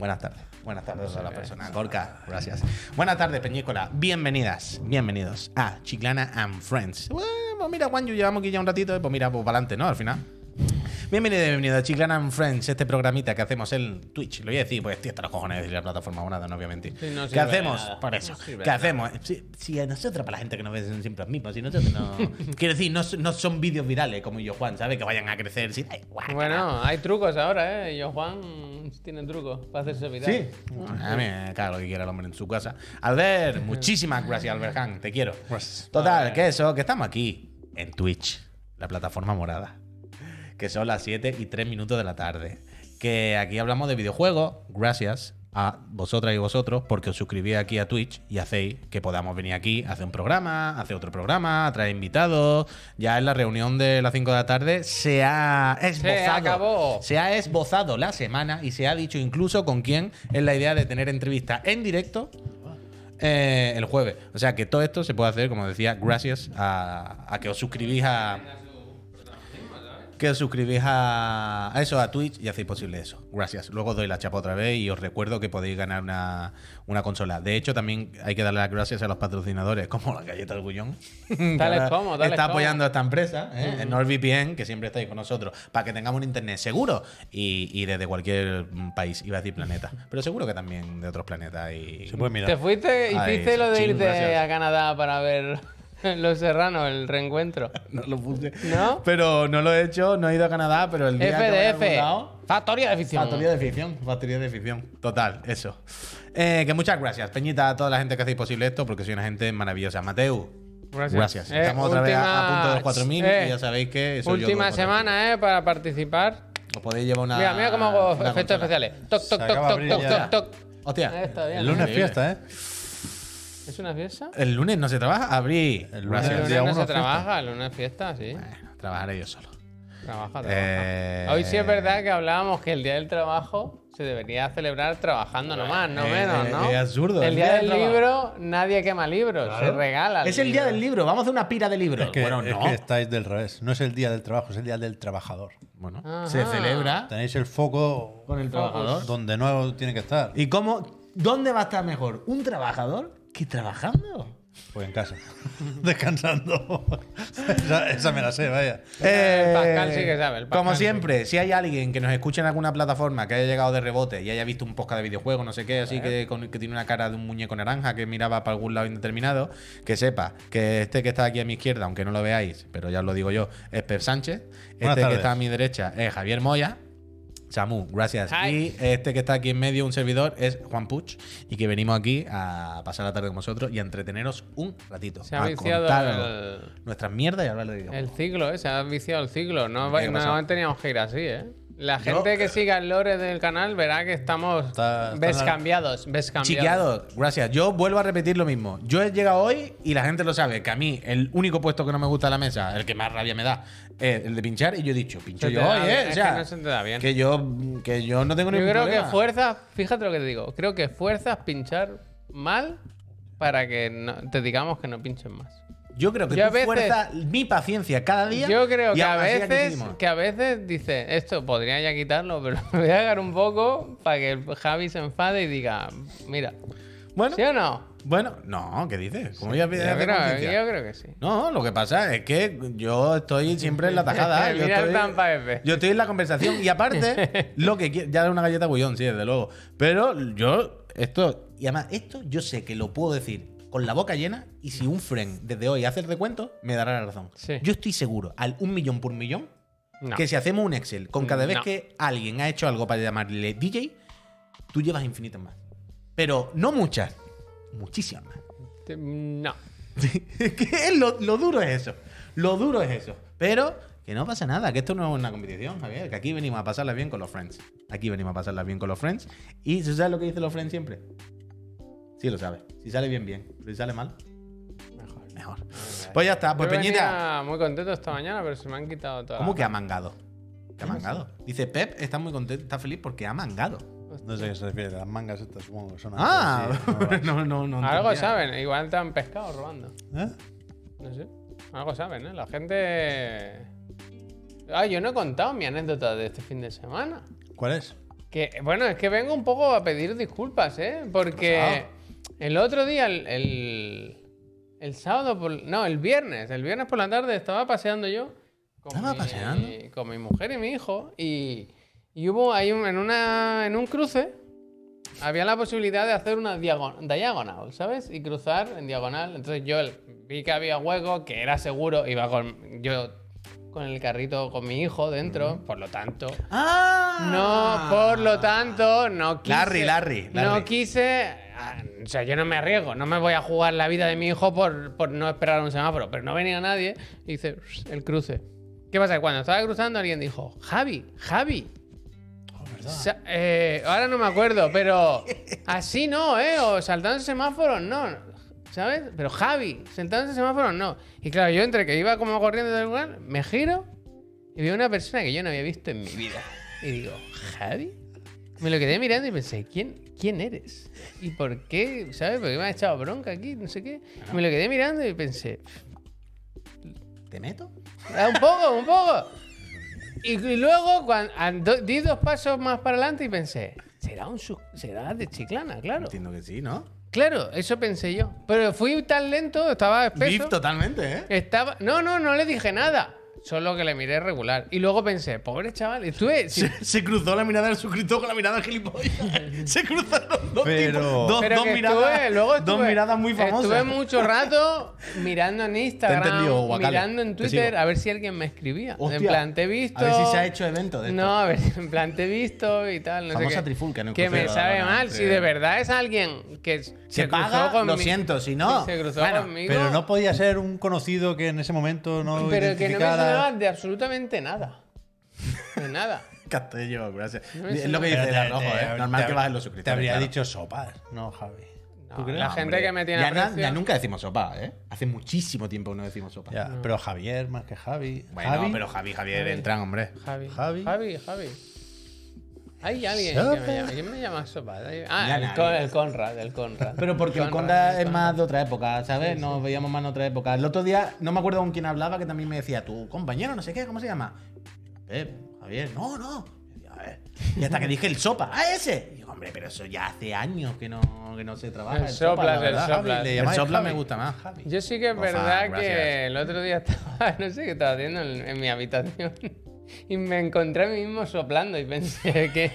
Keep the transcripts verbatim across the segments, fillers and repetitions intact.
Buenas tardes. Buenas tardes a la persona. Gorka, gracias. Buenas tardes, Peñícola. Bienvenidas, bienvenidos a Chiclana and Friends. Bueno, pues mira, Juanyu, llevamos aquí ya un ratito, pues mira, pues para adelante, ¿no? Al final. Bienvenido y bienvenido a Chiclana and Friends, este programita que hacemos en Twitch. Lo voy a decir, pues estoy hasta los cojones de decir la plataforma morada, no obviamente. Sí, no ¿Qué hacemos? Nada. Por eso. No ¿Qué hacemos? Si, si a nosotros, para la gente que nos ve, son siempre los mismos. Si nosotros no. Quiero decir, no, no son vídeos virales como yo, Juan, ¿sabes? Que vayan a crecer. Si, ay, bueno, hay trucos ahora, ¿eh? Yo, Juan, tiene trucos para hacerse viral. Sí. A mí me cago lo que quiera el hombre en su casa. Albert, muchísimas gracias, Albert Han. Te quiero. Total, que eso, que estamos aquí en Twitch, la plataforma morada. Que son las siete y tres minutos de la tarde. Que aquí hablamos de videojuegos, gracias a vosotras y vosotros, porque os suscribís aquí a Twitch y hacéis que podamos venir aquí a hacer un programa, hacer otro programa, a traer invitados. Ya en la reunión de las cinco de la tarde se ha esbozado. Se acabó. Se ha esbozado la semana y se ha dicho incluso con quién es la idea de tener entrevista en directo eh, el jueves. O sea que todo esto se puede hacer, como decía, gracias a, a que os suscribís a... que os suscribís a, a eso, a Twitch, y hacéis posible eso. Gracias. Luego os doy la chapa otra vez y os recuerdo que podéis ganar una, una consola. De hecho, también hay que darle las gracias a los patrocinadores, como la Galleta del Gullón. Dale cómo, dale Está cómo. apoyando a esta empresa, ¿eh? uh-huh. En NordVPN, que siempre estáis con nosotros, para que tengamos un internet seguro y, y desde cualquier país, iba a decir planeta, pero seguro que también de otros planetas. Y se puede mirar. ¿Te fuiste, hiciste Ay, lo de irte gracias. a Canadá para ver... Los Serranos, el reencuentro? No lo puse. ¿No? Pero no lo he hecho, no he ido a Canadá, pero el día F D F. que me he gustado, Factoría de ficción. Factoría de ficción. Factoría de ficción. Total, eso. Eh, que muchas gracias, Peñita, a toda la gente que hacéis posible esto, porque sois una gente maravillosa. Mateu. Gracias. Gracias. Eh, Estamos última, otra vez a, a punto de los cuatro mil eh, y ya sabéis que soy última yo semana, eh, para participar. Os podéis llevar una. Mira, mira cómo hago efectos consola. especiales. Toc, toc, toc, toc, toc, toc, toc. Hostia. Bien, el lunes fiesta, ¿eh? ¿Es una fiesta? ¿El lunes no se trabaja? Abrí. El lunes, el lunes no se trabaja, el lunes fiesta, sí. Bueno, trabajaré yo solo. Trabaja, trabaja. Eh... Hoy sí es verdad que hablábamos que el Día del Trabajo se debería celebrar trabajando nomás, no eh, menos, ¿no? Es absurdo. El, el día, día del, del libro, nadie quema libros, claro. Se regala. Es el libro. Día del libro, vamos a hacer una pira de libros. Es que, bueno, es no. que estáis del revés. No es el Día del Trabajo, es el Día del Trabajador. Bueno, Ajá. se celebra. Tenéis el foco con el trabajador. Donde no tiene que estar. ¿Y cómo? ¿Dónde va a estar mejor? ¿Un trabajador que trabajando? Pues en casa, descansando. esa, esa me la sé, vaya. Eh, el Pascal sí que sabe. El como siempre, si hay alguien que nos escuche en alguna plataforma que haya llegado de rebote y haya visto un podcast de videojuegos, no sé qué, así que, con, que tiene una cara de un muñeco naranja que miraba para algún lado indeterminado, que sepa que este que está aquí a mi izquierda, aunque no lo veáis, pero ya os lo digo yo, es Pep Sánchez. Este que está a mi derecha es Javier Moya. Samu, gracias. Hi. Y este que está aquí en medio, un servidor, es Juan Puig. Y que venimos aquí a pasar la tarde con vosotros y a entreteneros un ratito. Se ha a viciado el... nuestras mierdas y hablar de videojuegos. El ciclo, ¿eh? Se ha viciado el ciclo. No, no teníamos que ir así, ¿eh? La gente Yo, que siga el lore del canal verá que estamos está, está bescambiados, bescambiados. Chiqueados, gracias. Yo vuelvo a repetir lo mismo. Yo he llegado hoy y la gente lo sabe, que a mí el único puesto que no me gusta de la mesa, el que más rabia me da, es el de pinchar. Y yo he dicho, pincho yo hoy, ¿eh? O sea, que no se te da bien. Que yo, que yo no tengo ningún problema. Yo creo problema. que fuerzas, fíjate lo que te digo, creo que fuerzas pinchar mal para que no, te digamos que no pinchen más. Yo creo que yo tú fuerzas mi paciencia cada día. Yo creo que a veces, que a veces dice, esto podría ya quitarlo, pero me voy a dejar un poco para que el Javi se enfade y diga, mira, bueno, ¿sí o no? Bueno, no, ¿qué dices? ¿Cómo ya yo, creo, yo creo que sí. No, lo que pasa es que yo estoy siempre en la tajada. yo, Mira estoy, el Tampa F. yo estoy en la conversación y aparte, lo que quiero, ya es una galleta bullón, sí, desde luego. Pero yo, esto, y además, esto yo sé que lo puedo decir con la boca llena y si un friend desde hoy hace el recuento, me dará la razón. Sí. Yo estoy seguro, al un millón por millón, no. que si hacemos un Excel con cada vez no. que alguien ha hecho algo para llamarle D J, tú llevas infinitas más. Pero no muchas, muchísimas más. No. Es que lo, lo duro es eso. Lo duro es eso. Pero que no pasa nada, que esto no es una competición, Javier. Que aquí venimos a pasarla bien con los friends. Aquí venimos a pasarla bien con los friends. ¿Y ¿sabes lo que dicen los friends siempre? Sí lo sabes. Si sale bien, bien. Pero si sale mal, mejor. Mejor. Pues ya está. Pues Yo Peñita. Muy contento esta mañana, pero se me han quitado todas. ¿Cómo que ha mangado? ¿Qué ha mangado? Dice Pep, está muy contento, está feliz porque ha mangado. No sé a qué se refiere, las mangas estas supongo que son. Ah, así, no, no, no. Algo entendía. saben, igual te han pescado robando. ¿Eh? No sé. Algo saben, ¿eh? La gente. Ah, yo no he contado mi anécdota de este fin de semana. ¿Cuál es? Que, bueno, es que vengo un poco a pedir disculpas, ¿eh? Porque el otro día, el, el, el sábado, por, no, el viernes, el viernes por la tarde estaba paseando yo con, ¿Estaba mi, paseando? con mi mujer y mi hijo y, y hubo ahí un, en, una, en un cruce, había la posibilidad de hacer una diagonal, diagonal, ¿sabes? Y cruzar en diagonal. Entonces yo vi que había hueco, que era seguro, iba con yo con el carrito con mi hijo dentro, mm. por lo tanto... ¡Ah! No, por lo tanto, no quise... Larry, Larry, Larry. No quise... O sea, yo no me arriesgo, no me voy a jugar la vida de mi hijo por, por no esperar un semáforo, pero no venía nadie y hice el cruce. ¿Qué pasa? Cuando estaba cruzando alguien dijo, Javi, Javi. O sea, eh, ahora no me acuerdo, pero así no, ¿eh? O saltando semáforos, no. ¿Sabes? Pero Javi, saltando semáforos, no. Y claro, yo entre que iba como corriendo del lugar, me giro y veo una persona que yo no había visto en mi vida. Y digo, ¿Javi? Me lo quedé mirando y pensé, ¿quién, quién eres? ¿Y por qué? ¿Sabes? Porque me ha echado bronca aquí, no sé qué. Me lo quedé mirando y pensé, ¿te meto? Ah, un poco, un poco. Y, y luego cuando, ando, di dos pasos más para adelante y pensé, ¿será, un, será de Chiclana? Claro. Entiendo que sí, ¿no? Claro, eso pensé yo. Pero fui tan lento, estaba espeso. Beef totalmente, ¿eh? Estaba... No, no, no le dije nada. Solo que le miré regular. Y luego pensé, pobre chaval, estuve... Se, se cruzó la mirada del suscriptor con la mirada del gilipollas. Se cruzaron dos, Pero- tipos, dos, Pero dos que miradas, estuve, luego estuve, dos miradas muy famosas. Estuve mucho rato mirando en Instagram, Te he entendido, Guacale. mirando en Te Twitter, sigo. a ver si alguien me escribía. Hostia. En plan, te he visto... A ver si se ha hecho evento de esto. No, a ver, en plan, te he visto y tal, no Famosa sé qué. trifulca en el Que me crucero, sabe no, no, mal. entre- Si de verdad es alguien que se, Se cruzó paga, conmigo... lo siento, si no... Se cruzó Bueno, conmigo... Pero no podía ser un conocido que en ese momento no Pero que no me identificara... sonaba de absolutamente nada. De nada. Castello, gracias. No me es suena. lo que dice Pero el te- arrojo, te- ¿eh? Normal te- que bajen los Te suscriptores. habría claro. dicho sopas, no, Javi. No, ¿Tú crees? la No, gente Hombre, que me tiene ya, na- aprecio... ya nunca decimos sopa, ¿eh? Hace muchísimo tiempo que no decimos sopa. Ya, pero Javier más que Javi. Bueno, Javi, pero Javi, Javier, Javi. entran, hombre. Javi. Javi. Javi, Javi. Hay alguien Sopa. que me llama. ¿Quién me llama sopa? Hay- Ah, Ya el, nadie. Con- el Conrad, el Conrad. Pero porque el Conrad es más de otra época, ¿sabes? Nos veíamos más en otra época. El otro día, no me acuerdo con quién hablaba, que también me decía, tu compañero, no sé qué, ¿cómo se llama? Pep, Javier, no, no. Y decía, "A ver". Y hasta que dije el sopa, ¡ah, ese! Y digo, hombre, pero eso ya hace años que no, que no se trabaja. El soplas, la el verdad. soplas. Javi, Le El llamáis sopla Javi. me gusta más. Yo sí que es Por verdad favor, que gracias. el otro día estaba, no sé qué estaba haciendo en, en mi habitación y me encontré a mí mismo soplando y pensé que...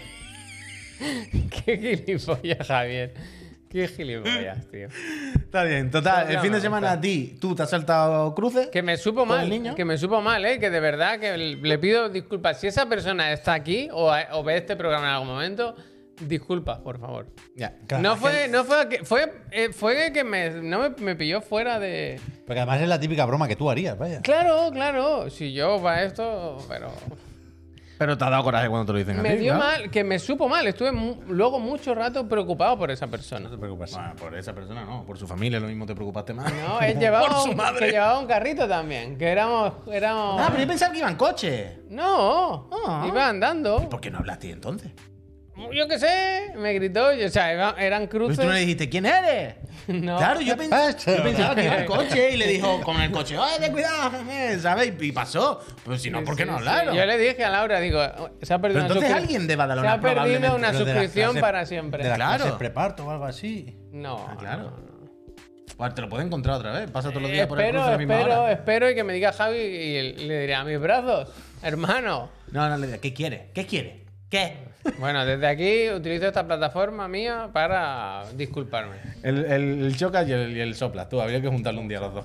Qué gilipollas, Javier. Qué gilipollas, tío. Está bien, total. El fin de semana a ti, tú te has saltado cruces. Que me supo ¿Con mal, el niño? que me supo mal, ¿eh? Que de verdad que le pido disculpas. Si esa persona está aquí o, o ve este programa en algún momento, disculpa, por favor. Ya. Claro, No es fue, que- no fue, que- fue, eh, fue que me, no me, me pilló fuera de... Porque además es la típica broma que tú harías, vaya. Claro, claro. Si yo para esto, pero... Pero te ha dado coraje cuando te lo dicen a Me ti, dio claro. mal, que me supo mal. Estuve mu- luego mucho rato preocupado por esa persona. No te preocupes. Bueno, por esa persona no, por su familia lo mismo te preocupaste más. No, él llevaba, por su un, madre. que llevaba un carrito también. Que éramos... éramos... Ah, pero yo pensaba que iba en coche. No, Ah. iba andando. ¿Por qué no hablaste entonces? Yo qué sé, me gritó. O sea, iba- eran Pues cruces. tú no le dijiste, ¿quién eres? No. Claro, yo, pens- pasa? yo pensaba que iba en coche y le dijo con el coche, ¡ay, ten cuidado! jeje", ¿sabes? Y pasó. Pues si no, ¿por qué Sí, no sí. hablaron? Yo le dije a Laura, digo, se ha perdido Pero una entonces suscri- alguien de Badalona Se ha perdido probablemente, una Pero de las suscripción clases- para siempre. De las Claro. clases preparto o algo así. No, Ah, claro. no, no. Pues te lo puedo encontrar otra vez. Pasa todos los días por el Espero, cruce a la misma espero, hora. espero y que me diga Javi y le diré a mis brazos, hermano. No, no, le digo, ¿qué quiere? ¿Qué quiere? ¿Qué? Bueno, desde aquí utilizo esta plataforma mía para disculparme. El, el, el chocas y el, y el soplas. Tú, habría que juntarlo un día los dos.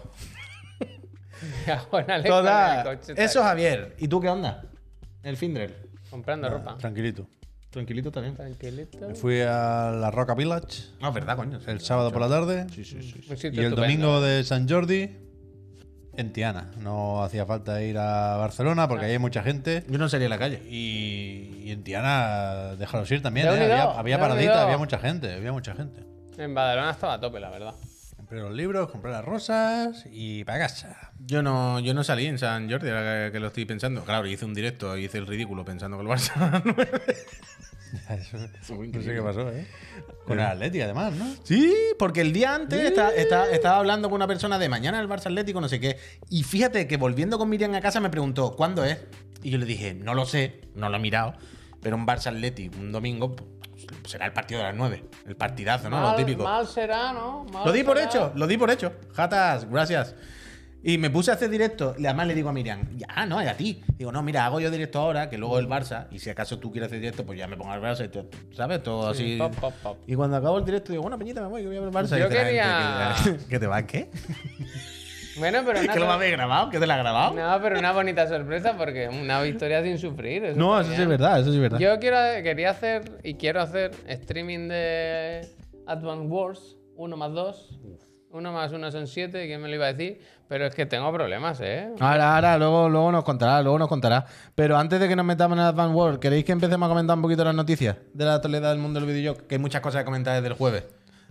Ahora le Toda. con el coche, Eso, tal. Javier. ¿Y tú qué onda? El Findrel. Comprando ropa. Tranquilito. Tranquilito también. Tranquilito. Me fui a la Roca Village No, es verdad, coño. el sábado por la tarde. Sí, sí, sí. Un Y sitio el estupendo. domingo de San Jordi en Tiana. No hacía falta ir a Barcelona porque ahí hay mucha gente. Yo no salí a la calle. Y, y en Tiana, déjalos ir también. ¿Te has ¿eh? Había, olvidado? había ¿Te has paradita, olvidado? había mucha gente, había mucha gente. En Badalona estaba a tope, la verdad. Compré los libros, compré las rosas y para casa. Yo no, yo no salí en San Jordi, ahora que, que lo estoy pensando. Claro, hice un directo, hice el ridículo pensando que el Barça. Eso, no sé qué pasó, ¿eh? Con el Atleti, además, ¿no? Sí, porque el día antes está- está- estaba hablando con una persona de mañana el Barça Atlético, no sé qué. Y fíjate que volviendo con Miriam a casa me preguntó, ¿cuándo es? Y yo le dije, no lo sé, no lo he mirado. Pero un Barça Atleti un domingo pues, será el partido de las nueve. El partidazo, ¿no? Mal, Lo típico. mal será, ¿no? Mal Lo di por será. hecho, lo di por hecho. Jatas, gracias. Y me puse a hacer directo. Y además le digo a Miriam, ya, no, es a ti. Digo, no, mira, hago yo directo ahora, que luego el Barça. Y si acaso tú quieres hacer directo, pues ya me pongo al Barça. Y tú, ¿sabes? Todo Sí, así. pop, pop, pop. Y cuando acabo el directo, digo, bueno, Peñita, me voy, que voy a ver el Barça. Yo Y dice la quería- gente que, que te va, ¿qué? Bueno, pero una ¿Que lo sor- habéis grabado? ¿Que te lo has grabado? No, pero una bonita sorpresa porque una victoria sin sufrir. Eso No, está eso sí bien. es verdad, eso sí es verdad. Yo quiero, quería hacer y quiero hacer streaming de Advance Wars uno más dos. uno más uno son siete, ¿quién me lo iba a decir? Pero es que tengo problemas, ¿eh? Ahora, ahora, luego, luego nos contará, luego nos contará. Pero antes de que nos metamos en Advance World, ¿queréis que empecemos a comentar un poquito las noticias de la actualidad del mundo del videojuego? Que hay muchas cosas que comentar desde el jueves.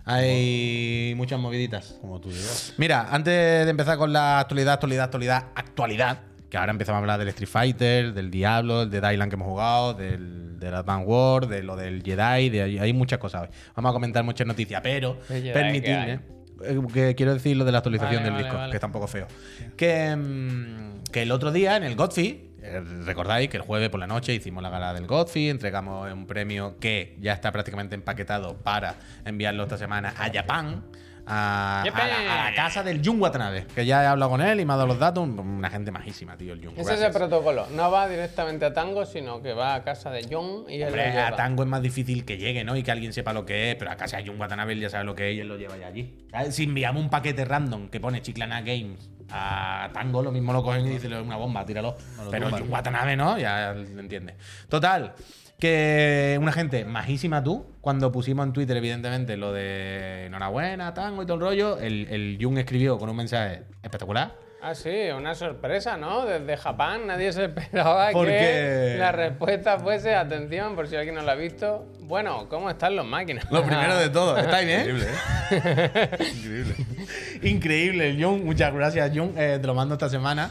Hay muchas moviditas. Como tú digas. Mira, antes de empezar con la actualidad, actualidad, actualidad, actualidad, que ahora empezamos a hablar del Street Fighter, del Diablo, del Dylan que hemos jugado, del, del Advance Wars, de lo del Jedi, de, hay muchas cosas hoy. Vamos a comentar muchas noticias, pero ¿El Jedi permitidme, eh, que quiero decir lo de la actualización Vale, del vale, disco, vale. que está un poco feo. Que, mm, que el otro día en el Godfrey, eh, recordáis que el jueves por la noche hicimos la gala del Godfrey, entregamos un premio que ya está prácticamente empaquetado para enviarlo esta semana a Japón. A, a la, a la casa del Jun Watanabe, que ya he hablado con él y me ha dado los datos. Una gente majísima, tío, el Jun. Ese es Gracias. el protocolo. No va directamente a Tango, sino que va a casa de John y él lo Hombre, lleva. a Tango es más difícil que llegue, ¿no? Y que alguien sepa lo que es, pero a casa de Jun Watanabe él ya sabe lo que es y él lo lleva ya allí. ¿Sabes? Si enviamos un paquete random que pone Chiclana Games a Tango, lo mismo lo cogen y dicen una bomba, tíralo. No lo Pero tumban. Jun Watanabe no, ya lo entiende. Total, que una gente majísima tú, cuando pusimos en Twitter, evidentemente, lo de enhorabuena, Tango y todo el rollo, el, el Jun escribió con un mensaje espectacular. Ah, sí, una sorpresa, ¿no? Desde Japón nadie se esperaba Porque- que la respuesta fuese, atención, por si alguien no lo ha visto, bueno, ¿cómo están los máquinas? Lo primero de todo, ¿estáis bien? Increíble, ¿eh? Increíble. Increíble, el Jun. Muchas gracias, Jun. Eh, te lo mando esta semana.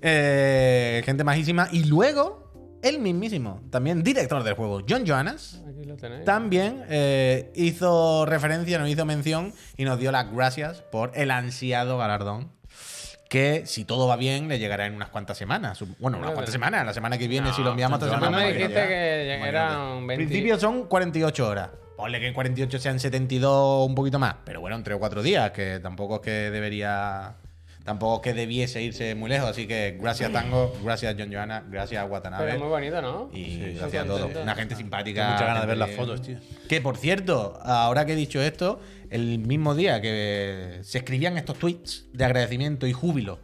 Eh, gente majísima. Y luego, el mismísimo, también director del juego, John Johannes, Aquí lo tenéis. también eh, hizo referencia, nos hizo mención y nos dio las gracias por el ansiado galardón. Que si todo va bien, le llegará en unas cuantas semanas. Bueno, unas cuantas semanas. La semana que viene, No, si lo enviamos esta John semana. No me pues dijiste ya. que era un En veinte. principio son cuarenta y ocho horas. Ponle que en cuarenta y ocho sean setenta y dos, un poquito más. Pero bueno, en tres o cuatro días, que tampoco es que debería. Tampoco es que debiese irse muy lejos. Así que gracias, Tango. Gracias, John Johanna. Gracias, Watanabe. Pero muy bonito, ¿no? Y Sí, gracias a sí, todos. sí. Una gente simpática. Tengo muchas ganas de ver gente las fotos, tío. Que por cierto, ahora que he dicho esto, el mismo día que se escribían estos tweets de agradecimiento y júbilo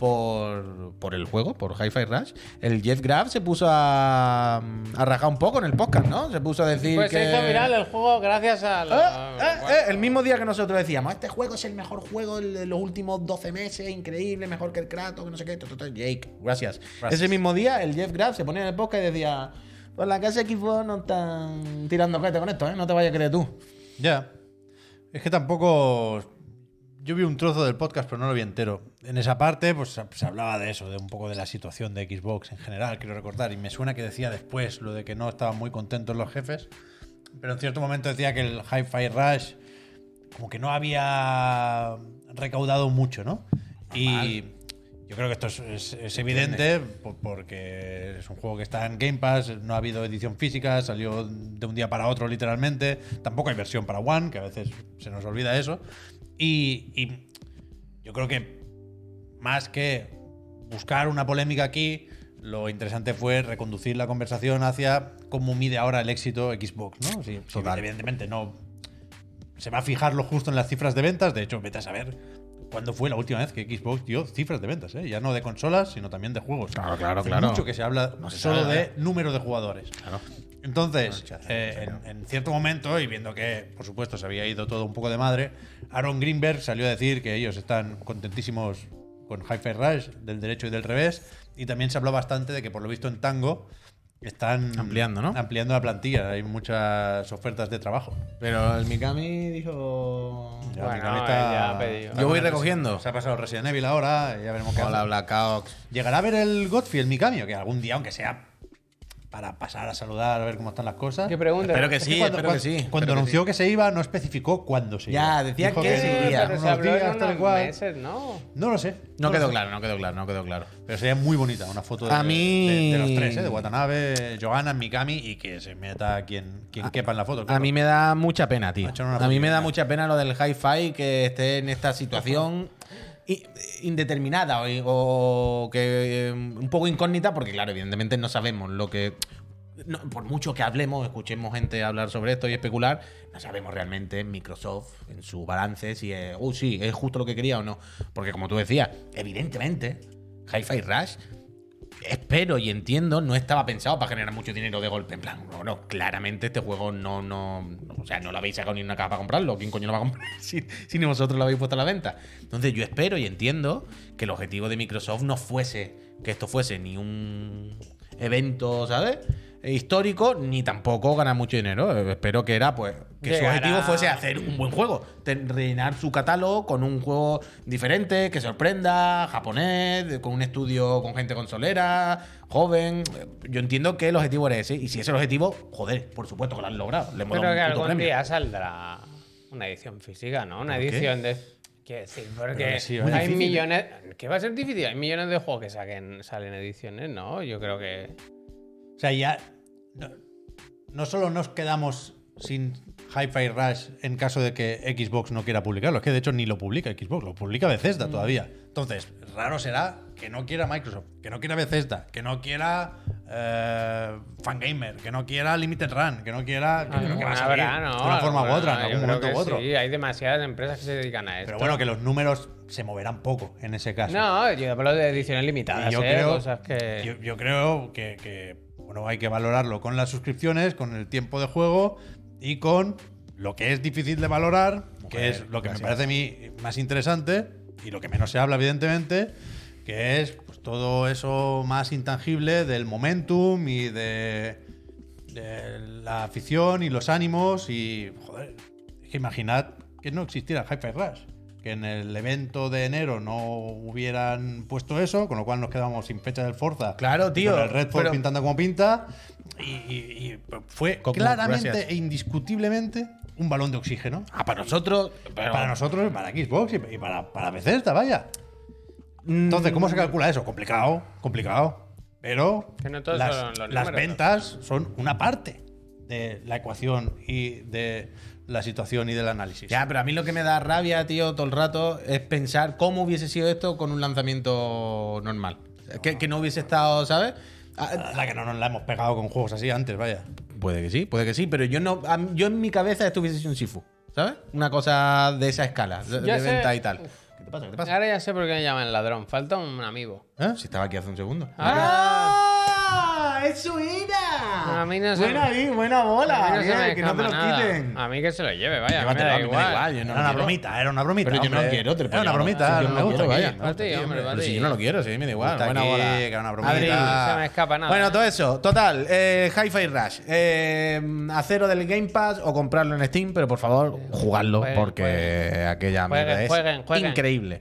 por, por el juego, por Hi-Fi Rush, el Jeff Graff se puso a, a rajar un poco en el podcast, ¿no? Se puso a decir Pues que. se hizo viral el juego gracias a... Eh, eh, eh, el mismo día que nosotros decíamos, este juego es el mejor juego de los últimos doce meses, increíble, mejor que el Kratos, que no sé qué. Total, Jake, gracias. Gracias. Ese mismo día, el Jeff Graff se ponía en el podcast y decía, pues la casa de Xbox no están tirando cohete con esto, ¿eh? No te vayas a creer tú. Ya. Es que tampoco. Yo vi un trozo del podcast, pero no lo vi entero. En esa parte, pues se- se hablaba de eso, de un poco de la situación de Xbox en general, quiero recordar. Y me suena que decía después lo de que no estaban muy contentos los jefes. Pero en cierto momento decía que el Hi-Fi Rush como que no había recaudado mucho, ¿no? Y yo creo que esto es, es- es evidente por- porque es un juego que está en Game Pass, no ha habido edición física, salió de un día para otro literalmente. Tampoco hay versión para One, que a veces se nos olvida eso. Y, y yo creo que más que buscar una polémica aquí, lo interesante fue reconducir la conversación hacia cómo mide ahora el éxito Xbox, ¿no? Sí, sí, Total. evidentemente no se va a fijarlo justo en las cifras de ventas. De hecho, vete a saber cuándo fue la última vez que Xbox dio cifras de ventas, ¿eh? Ya no de consolas, sino también de juegos. Claro, claro, Hace claro. mucho que se habla No se solo sabe, de ¿eh? número de jugadores. Claro. Entonces, No, se hace, eh, se hace. en, en cierto momento, y viendo que, por supuesto, se había ido todo un poco de madre, Aaron Greenberg salió a decir que ellos están contentísimos con Hi-Fi Rush, del derecho y del revés, y también se habló bastante de que, por lo visto, en Tango están Ampliando, ¿no? ampliando la plantilla. Hay muchas ofertas de trabajo. Pero el Mikami dijo. Ya, Bueno, Mikami él ya ha pedido. Yo voy recogiendo. Se ha pasado Resident Evil ahora, y ya veremos qué Hola, hace. Black Ops. ¿Llegará a ver el Godfrey, el Mikami, o que algún día, aunque sea para pasar a saludar, a ver cómo están las cosas. ¿Qué pregunta? Espero que Es sí, cuando, espero que cuando- sí. Cuando espero que anunció sí. que se iba, no especificó cuándo se iba. Ya, decía Dijo que sí, se iría. pero se unos habló días, en tal y unos cual. meses, ¿no? No lo sé. No lo quedó sé. claro, no quedó claro, no quedó claro. Pero sería muy bonita una foto de, A mí- de, de los tres, ¿eh? De Watanabe, Johanna, Mikami y que se meta quien, quien quepa en la foto. A claro. mí me da mucha pena, tío. Ha hecho una A mí me da rutina. mucha pena lo del hi-fi que esté en esta situación i- indeterminada o, o que eh, un poco incógnita, porque claro, evidentemente no sabemos lo que... no, por mucho que hablemos, escuchemos gente hablar sobre esto y especular, no sabemos realmente Microsoft en su balance si es, oh sí, es justo lo que quería o no. Porque como tú decías, evidentemente, Hi-Fi Rush, espero y entiendo, no estaba pensado para generar mucho dinero de golpe. En plan, no, no, claramente este juego no, no, o sea, no lo habéis sacado ni una caja para comprarlo. ¿Quién coño lo va a comprar si, si ni vosotros lo habéis puesto a la venta? Entonces yo espero y entiendo que el objetivo de Microsoft no fuese que esto fuese ni un evento, ¿sabes? Histórico, ni tampoco ganar mucho dinero. Eh, Espero que era, pues, que su Llegará- objetivo fuese hacer un buen juego. Ten- rellenar su catálogo con un juego diferente, que sorprenda, japonés, con un estudio con gente consolera, joven. Eh, Yo entiendo que el objetivo era ese. Y si es el objetivo, joder, por supuesto que lo han logrado. Le hemos Pero dado que un puto algún premio. día saldrá una edición física, ¿no? Una ¿Por qué? edición de. Quiero decir, porque Pero que sí, hay es difícil. millones. ¿Qué va a ser difícil? Hay millones de juegos que saquen, salen ediciones, ¿no? Yo creo que. O sea, ya. No, no solo nos quedamos sin Hi-Fi Rush en caso de que Xbox no quiera publicarlo, es que de hecho ni lo publica Xbox, lo publica Bethesda Mm. todavía. Entonces, raro será que no quiera Microsoft, que no quiera Bethesda, que no quiera eh, Fangamer, que no quiera Limited Run, que no quiera. Que, que no quiera Alguna salir habrá, ¿no? de una forma u Alguna, otra, en yo algún creo momento que u otro. Sí, hay demasiadas empresas que se dedican a esto. Pero bueno, que los números se moverán poco en ese caso. No, yo hablo de ediciones limitadas, Y yo ¿eh? creo, Cosas que. yo, yo creo que, que, bueno, hay que valorarlo con las suscripciones, con el tiempo de juego y con lo que es difícil de valorar, que Mujer, es lo que gracias. me parece a mí más interesante y lo que menos se habla, evidentemente, que es pues, todo eso más intangible del momentum y de, de la afición y los ánimos. Y, joder, es que imaginad que no existiera Hi-Fi Rush. Que en el evento de enero no hubieran puesto eso, con lo cual nos quedamos sin fecha del Forza. Claro, tío, Y con el Redfall pero- pintando como pinta. Y, y- y fue Coco, claramente gracias. e indiscutiblemente un balón de oxígeno. Ah, para nosotros. pero- Para nosotros, para Xbox y y para, para Bethesda, vaya. Entonces, ¿cómo se calcula eso? Complicado, complicado. Pero Que no todos las, son los las números. ventas son una parte de la ecuación y de la situación y del análisis. Ya, pero a mí lo que me da rabia, tío, todo el rato es pensar cómo hubiese sido esto con un lanzamiento normal. Que, que no hubiese estado, ¿sabes? Ah, La que no nos la hemos pegado con juegos así antes, vaya. puede que sí, puede que sí, pero yo no, a mí- yo en mi cabeza esto hubiese sido un Sifu, ¿sabes? Una cosa de esa escala, de, Ya de sé. venta y tal. ¿Qué te pasa? ¿Qué te pasa? Ahora ya sé por qué me llaman ladrón. Falta un amigo. ¿Eh? Si estaba aquí hace un segundo. ¡Ah! ¡Eso era! A mí no se buena, me- ahí, buena bola. A mí no se Miguel, me que no te escapa lo nada. quiten. A mí que se lo lleve, vaya. A mí me Llévatelo, da a mí me da igual. igual, yo no Era lo una quiero. bromita, era una bromita. Pero yo no lo hombre. quiero, te lo Era una pido. bromita, Sí, yo no no me lo gusta quiero, aquí. vaya. Para ti, Hombre, hombre, para Pero ti. si yo no lo quiero, sí, me da igual. Gusta Buena aquí, bola. que era una bromita. Adri, se me escapa nada. Bueno, todo eso. Total, eh, Hi-Fi Rush. Eh, a cero del Game Pass o comprarlo en Steam, pero por favor, jugadlo Jueguen, porque jueguen. aquella Jueguen, mierda es jueguen, jueguen. increíble.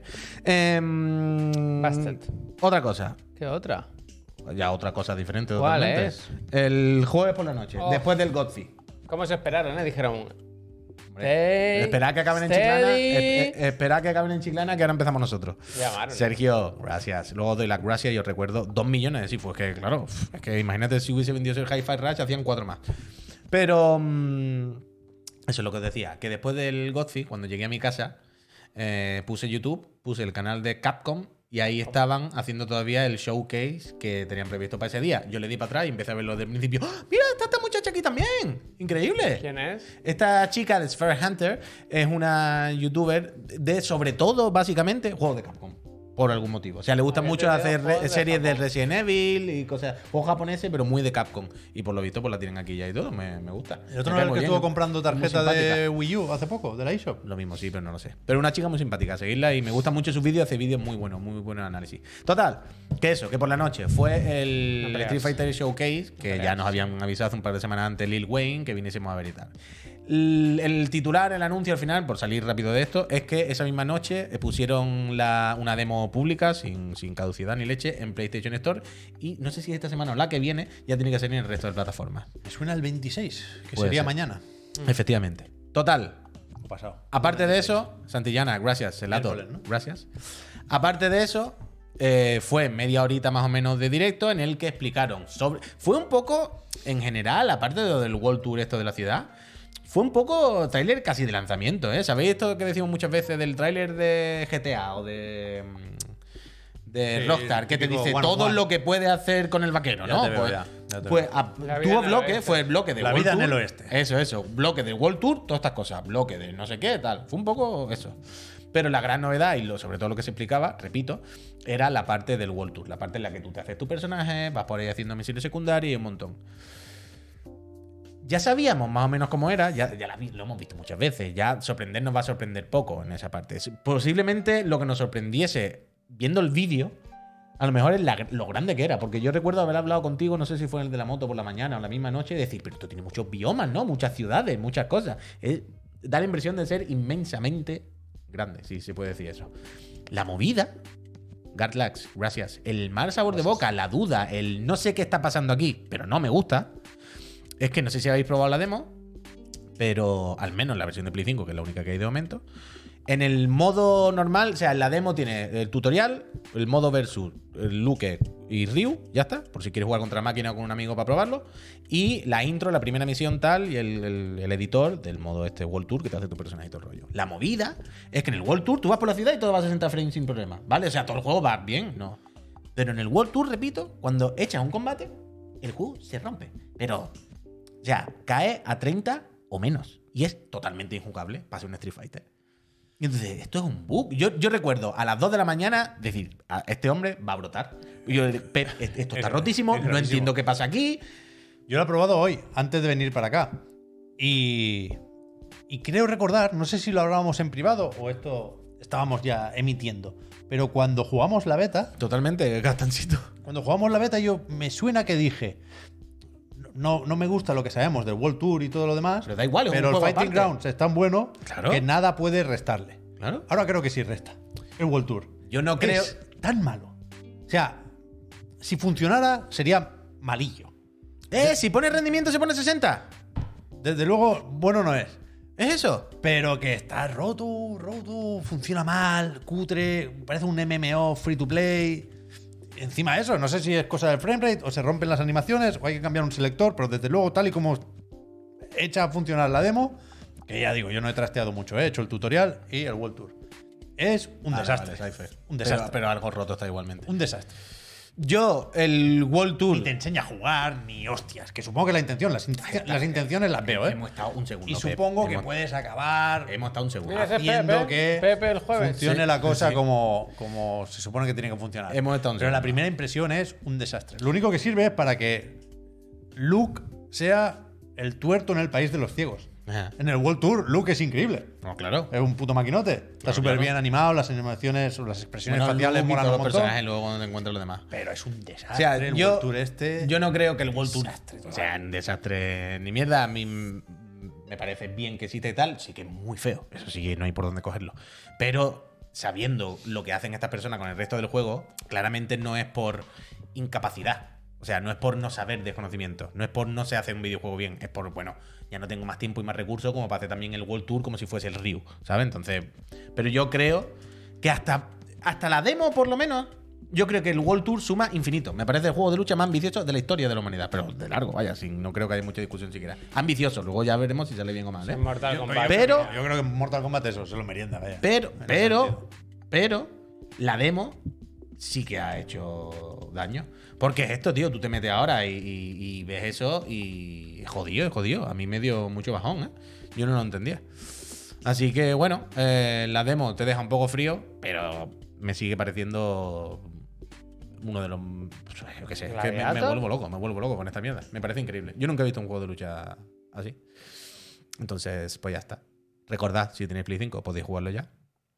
Em, Bastard. otra cosa. ¿Qué otra? Ya otra cosa diferente. ¿Cuál totalmente. es? El jueves por la noche, Oh. después del Godfrey. ¿Cómo se esperaron, eh? Dijeron. Hombre, Stay Esperad que acaben en steady. Chiclana. eh, eh, esperad que acaben en Chiclana, que ahora empezamos nosotros. Llamaron. Sergio, gracias. Luego doy las gracias y os recuerdo dos millones de Sifu. Es que, claro, es que imagínate si hubiese vendido el Hi-Fi Rush, hacían cuatro más. Pero mm, eso es lo que os decía, que después del Godfrey, cuando llegué a mi casa, eh, puse YouTube, puse el canal de Capcom y ahí estaban haciendo todavía el showcase que tenían previsto para ese día. Yo le di para atrás y empecé a verlo desde el principio. ¡Oh, mira, está esta muchacha aquí también! ¡Increíble! ¿Quién es? Esta chica de Sphere Hunter es una youtuber de, sobre todo, básicamente, juegos de Capcom. Por algún motivo. O sea, le gusta Ah, que mucho te hacer veo re- juegos de series de Japón. Resident Evil y cosas. Juegos japoneses, pero muy de Capcom. Y por lo visto, pues la tienen aquí ya y todo. Me, me gusta. El otro Me no cae era el muy que bien. estuvo comprando Muy tarjeta simpática. de Wii U hace poco, de la eShop. Lo mismo, sí, pero no lo sé. Pero una chica muy simpática, seguirla y me gustan mucho sus vídeos, hace vídeos muy buenos, muy buenos análisis. Total, que eso, que por la noche fue el No peleas. Street Fighter Showcase, que ya peleas. nos habían avisado hace un par de semanas antes Lil Wayne que viniésemos a ver y tal. El, el titular, el anuncio al final, por salir rápido de esto, es que esa misma noche pusieron la, una demo pública sin, sin caducidad ni leche en PlayStation Store y no sé si esta semana o la que viene ya tiene que salir en el resto de plataformas. Me suena el veintiséis, que Puede sería ser. mañana. Efectivamente. Total. O pasado. Aparte de eso, Santillana, gracias, Celato, Miércoles, ¿no? gracias. Aparte de eso, eh, fue media horita más o menos de directo en el que explicaron sobre... Fue un poco, en general, aparte de lo del World Tour esto de la ciudad, fue un poco tráiler casi de lanzamiento, ¿eh? ¿Sabéis esto que decimos muchas veces del tráiler de G T A o de... de Sí, Rockstar, que te típico dice one on todo one. lo que puede hacer con el vaquero, Ya ¿no? te veo, pues ya, ya te pues veo. a- La vida tuvo en el bloque, oeste. fue el bloque de La World vida en Tour. el oeste. Eso, eso. Bloque de World Tour, todas estas cosas. Bloque de no sé qué, tal. Fue un poco eso. Pero la gran novedad, y lo, sobre todo lo que se explicaba, repito, era la parte del World Tour. La parte en la que tú te haces tu personaje, vas por ahí haciendo misiones secundarias y un montón. Ya sabíamos más o menos cómo era, ya, ya la vi- lo hemos visto muchas veces. Ya sorprendernos va a sorprender poco en esa parte. Posiblemente lo que nos sorprendiese viendo el vídeo, a lo mejor es la- lo grande que era. Porque yo recuerdo haber hablado contigo, no sé si fue en el de la moto por la mañana o la misma noche, y decir, pero esto tiene muchos biomas, ¿no? Muchas ciudades, muchas cosas. Es- da la impresión de ser inmensamente grande, si se puede decir eso. La movida, Gartlax, gracias. El mal sabor de boca, la duda, el no sé qué está pasando aquí, pero no me gusta. Es que no sé si habéis probado la demo, pero al menos la versión de Play cinco, que es la única que hay de momento. En el modo normal, o sea, en la demo tiene el tutorial, el modo versus, el Luke y Ryu, ya está, por si quieres jugar contra la máquina o con un amigo para probarlo. Y la intro, la primera misión tal, y el, el- el editor del modo este World Tour que te hace tu personaje y todo el rollo. La movida es que en el World Tour tú vas por la ciudad y todo va a sesenta frames sin problema, ¿vale? O sea, todo el juego va bien, ¿no? Pero en el World Tour, repito, cuando echas un combate, el juego se rompe. Pero, o sea, cae a treinta o menos. Y es totalmente injugable para ser un Street Fighter. Y entonces, esto es un bug. Yo, yo recuerdo a las dos de la mañana decir, "Ah, este hombre va a brotar. Y yo, "Pero esto está Es- rotísimo, es no rarísimo. entiendo qué pasa aquí". Yo lo he probado hoy, antes de venir para acá. Y, y creo recordar, no sé si lo hablábamos en privado o esto estábamos ya emitiendo, pero cuando jugamos la beta, Totalmente, Gastancito. cuando jugamos la beta yo me suena que dije, no, no me gusta lo que sabemos del World Tour y todo lo demás, Pero da igual, es un pero el juego Fighting aparte. Grounds es tan bueno Claro. que nada puede restarle. Claro. Ahora creo que sí resta el World Tour. Yo no creo. Es tan malo. O sea, si funcionara sería malillo. ¡Eh! Si pone rendimiento, se pone sesenta. Desde luego, bueno no es. ¿Es eso? Pero que está roto, roto, funciona mal, cutre, parece un M M O free to play. Encima de eso, no sé si es cosa del framerate o se rompen las animaciones o hay que cambiar un selector, pero desde luego, tal y como echa a funcionar la demo, que ya digo, yo no he trasteado mucho, he hecho el tutorial y el World Tour. Es un Vale, desastre. vale, Cypher. Un Pero- desastre. Pero, algo roto está igualmente. Un desastre. Yo, el World Tour. Ni te enseña a jugar, ni hostias. Que supongo que la intención, las, inten- las intenciones las veo, ¿eh? Hemos estado un segundo. Y Pep. supongo que hemos, puedes acabar hemos estado un segundo. Mira, ese es haciendo Pepe, que Pepe el jueves. funcione Sí, la cosa sí. como, como se supone que tiene que funcionar. Hemos estado un Pero la segundo. primera impresión es un desastre. Lo único que sirve es para que Luke sea el tuerto en el país de los ciegos. Ajá. En el World Tour, Luke es increíble. No, claro. Es un puto maquinote. Está Claro, súper claro. bien animado, las animaciones, las expresiones Bueno, faciales luego molan todos un los montón. personajes luego cuando te encuentras los demás. Pero es un desastre. O sea, el yo, World Tour este. yo no creo que el World Tour Desastre, o sea, un desastre ni mierda. A mí mm, me parece bien que existe y tal. Sí que es muy feo. Eso sí que no hay por dónde cogerlo. Pero sabiendo lo que hacen estas personas con el resto del juego, claramente no es por incapacidad. O sea, no es por no saber desconocimiento. No es por no sé hacer un videojuego bien. Es por, bueno, ya no tengo más tiempo y más recursos como para hacer también el World Tour como si fuese el Ryu. ¿Sabes? Entonces. Pero yo creo que hasta, hasta la demo, por lo menos, yo creo que el World Tour suma infinito. Me parece el juego de lucha más ambicioso de la historia de la humanidad. Pero de largo, vaya, sin, no creo que haya mucha discusión siquiera. Ambicioso, luego ya veremos si sale bien o mal. ¿eh? En Mortal Yo- Kombat. pero- Yo creo que en Mortal Kombat eso se lo merienda, vaya. Pero, En ese pero, sentido. pero, la demo sí que ha hecho daño. Porque es esto, tío, tú te metes ahora y, y- y ves eso y es jodido, es jodido. A mí me dio mucho bajón, ¿eh? Yo no lo entendía. Así que, bueno, eh, la demo te deja un poco frío, pero me sigue pareciendo uno de los... Yo qué sé, es que me, me ¿Gladiator? vuelvo loco, me vuelvo loco con esta mierda. Me parece increíble. Yo nunca he visto un juego de lucha así. Entonces, pues ya está. Recordad, si tenéis Play cinco, podéis jugarlo ya.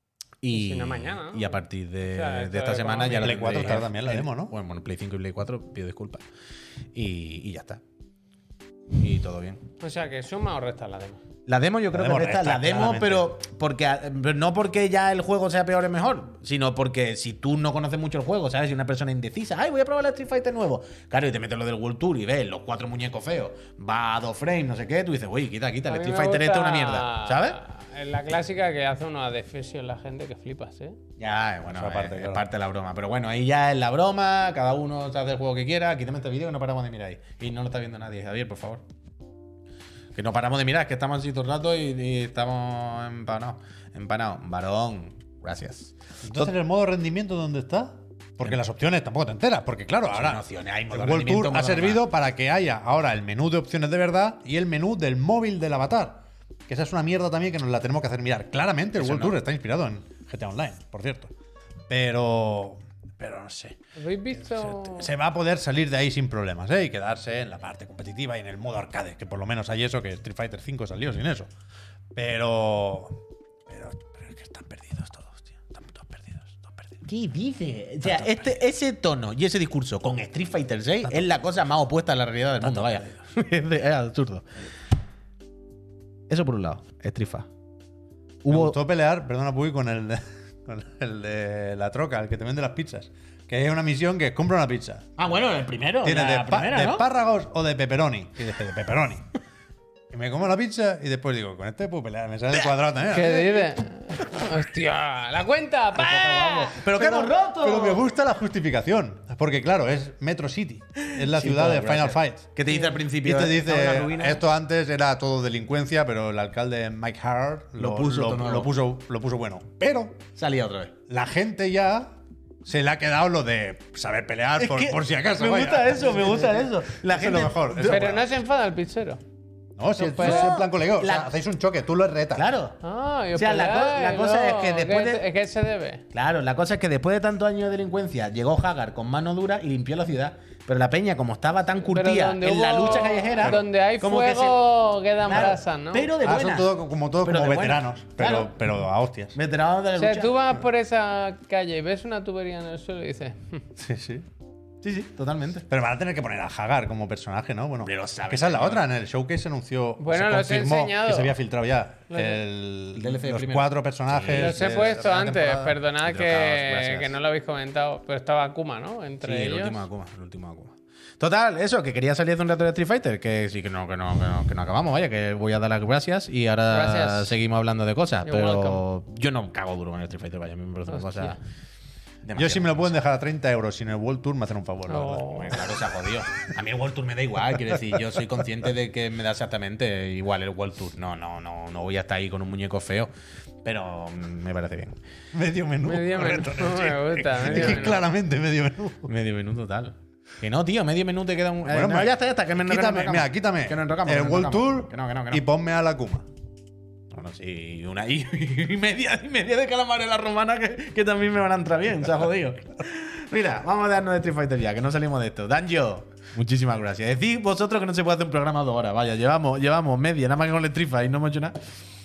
Y, Y si no, mañana, ¿no? y a partir de, O sea, de esto esta de semana como ya mi lo Play cuatro tendréis está también la en- demo, ¿no? Bueno, bueno, Play cinco y Play cuatro, pido disculpas. Y, y ya está. Y todo bien. O sea, que suma o resta la demo. La demo yo creo La demo que resta. resta, La demo, claramente. pero, porque, pero no porque ya el juego sea peor o mejor, sino porque si tú no conoces mucho el juego, ¿sabes? Si una persona indecisa, ay, voy a probar el Street Fighter nuevo. Claro, y te metes lo del World Tour y ves los cuatro muñecos feos, va a dos frames, no sé qué, tú dices, uy, quita, quita, el A mí Street me Fighter este es una gusta mierda, ¿sabes? La clásica que hace unos adefesios la gente que flipas, ¿eh? Ya, eh, bueno, Eso aparte, es, es claro. parte de la broma. Pero bueno, ahí ya es la broma, cada uno se hace el juego que quiera. Quítame este vídeo que no paramos de mirar ahí. Y no lo está viendo nadie, Javier, por favor. Que no paramos de mirar, es que estamos así todo el rato y, y estamos empanados. Empanados. Varón, gracias. Entonces, ¿el modo rendimiento dónde está? Porque las opciones tampoco te enteras. Porque claro, Sí, ahora no, opciones, hay modo el World rendimiento, Tour ha modo servido normal. para que haya ahora el menú de opciones de verdad y el menú del móvil del avatar. Que esa es una mierda también que nos la tenemos que hacer mirar. Claramente el Eso World no. Tour está inspirado en G T A Online, por cierto. Pero... Pero no sé. ¿Habéis visto? Se va a poder salir de ahí sin problemas, ¿eh? Y quedarse en la parte competitiva y en el modo arcade, que por lo menos hay eso, que Street Fighter cinco salió sin eso. Pero... Pero, pero es que están perdidos todos, tío. Están todos perdidos, todos perdidos. ¿Qué dices? O sea, este, ese tono y ese discurso con Street Fighter seis es la cosa más opuesta a la realidad del mundo, vaya. es, de- es absurdo. Eso por un lado, Strifa. Me Hubo. gustó pelear, perdona, Puy, con el de, con el de la troca, el que te vende las pizzas. Que es una misión que es compra una pizza. Ah, bueno, el primero. Tienes de, la pa- primera, de ¿no? espárragos o de pepperoni. Y dije, de pepperoni. Y me como la pizza y después digo, con este puedo pelear. Me sale el cuadrado también. ¿Qué dices? ¡Hostia! ¡La cuenta! ¡Pa! ¡Pero qué hemos roto! Pero me gusta la justificación. Porque claro, es Metro City. Es la Sí, ciudad todo, de Final gracias. Fight. ¿Qué te dice al Y principio? te Una dice, ruina. esto antes era todo delincuencia, pero el alcalde Mike Hart Lo puso todo lo, nuevo. lo puso, lo puso bueno. Pero Salía otra vez. la gente ya se le ha quedado lo de saber pelear por, por si acaso. Me vaya. gusta eso, me gusta eso. La Eso gente. es lo mejor. eso Pero es no se enfada el pizzero. No, si No, es, pues- es en plan colegio. O sea, La- hacéis un choque, tú lo retas. Claro. Ah, y O sea, la co- peleáis, la cosa es no, que después de- Es que se debe. Claro, la cosa es que después de tantos años de delincuencia llegó Hagar con mano dura y limpió la ciudad. Pero la peña, como estaba tan Pero curtida donde en la hubo- lucha callejera. Donde hay como que fuego quedan Claro, brasas, ¿no? Pero de Ah, buena. son todo, como todos Pero como de buena. veteranos, pero, Claro. pero a hostias. Veteranos de la O sea, lucha. tú vas por esa calle y ves una tubería en el suelo y dices, "Hmm, Sí, sí. Sí, sí, totalmente. Pero van a tener que poner a Hagar como personaje, ¿no? Bueno, Pero sabe, que esa es la señor. otra. En el showcase se anunció, Bueno, se los he confirmó enseñado. que se había filtrado ya Los- el- El D L C los primero. cuatro personajes. los he de puesto la antes, temporada. perdonad Hidrocaos, que, gracias. que no lo habéis comentado, pero estaba Akuma, ¿no? Entre Sí, el ellos. último Akuma, el último Akuma. Total, eso, que quería salir de un rato de Street Fighter, que sí, que no, que no, que no, que no acabamos, vaya, que voy a dar las gracias y ahora Gracias. seguimos hablando de cosas, You're pero yo no cago duro con el Street Fighter, vaya, a mí me parece una Hostia. cosa... Yo si me lo pueden demasiado dejar a treinta euros sin el World Tour me hacen un favor, la verdad. Oh. Bueno, claro, se ha jodido. A mí el World Tour me da igual, quiero decir, yo soy consciente de que me da exactamente igual el World Tour. No, no, no, no voy a estar ahí con un muñeco feo, pero me parece bien. Medio menú. Medio menú, correcto, no, sí. me gusta, Es medio que menú. claramente medio menú. Medio menú total. Que no, tío, medio menú te queda un... Bueno, no, pues, ya está, ya está, que me que nos Quítame, enrocamos. mira, quítame Que nos enrocamos, el que nos World enrocamos. Tour Que no, que no, que no. y ponme a la Kuma. Bueno, sí, una y, y media, y media de calamar en la romana que, que también me van a entrar bien, se ha jodido. Mira, vamos a darnos de Street Fighter ya, que no salimos de esto. Danjo, muchísimas gracias. Decid vosotros que no se puede hacer un programa de dos horas. Vaya, llevamos, llevamos media, nada más que con el Street Fighter y no hemos hecho nada.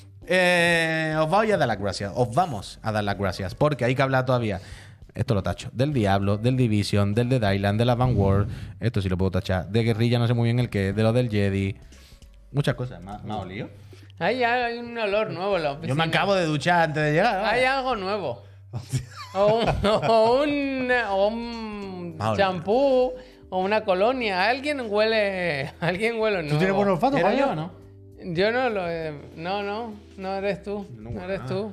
Eh, os voy a dar las gracias, os vamos a dar las gracias, porque hay que hablar todavía. Esto lo tacho. Del Diablo, del Division, del Dead Island, de la Vanguard. Esto sí lo puedo tachar. De Guerrilla, no sé muy bien el qué. De lo del Jedi. Muchas cosas. ¿Me ha, me ha olido? Ahí hay un olor nuevo en la oficina. Yo me acabo de duchar antes de llegar. ¿vale? Hay algo nuevo. o un, o un, o un Vale. champú o una colonia. Alguien huele, alguien huele nuevo. ¿Tú tienes buen olfato, ¿Era Javier? yo o no? Yo no lo he, no, no, no eres tú, No, no, eres ah. tú.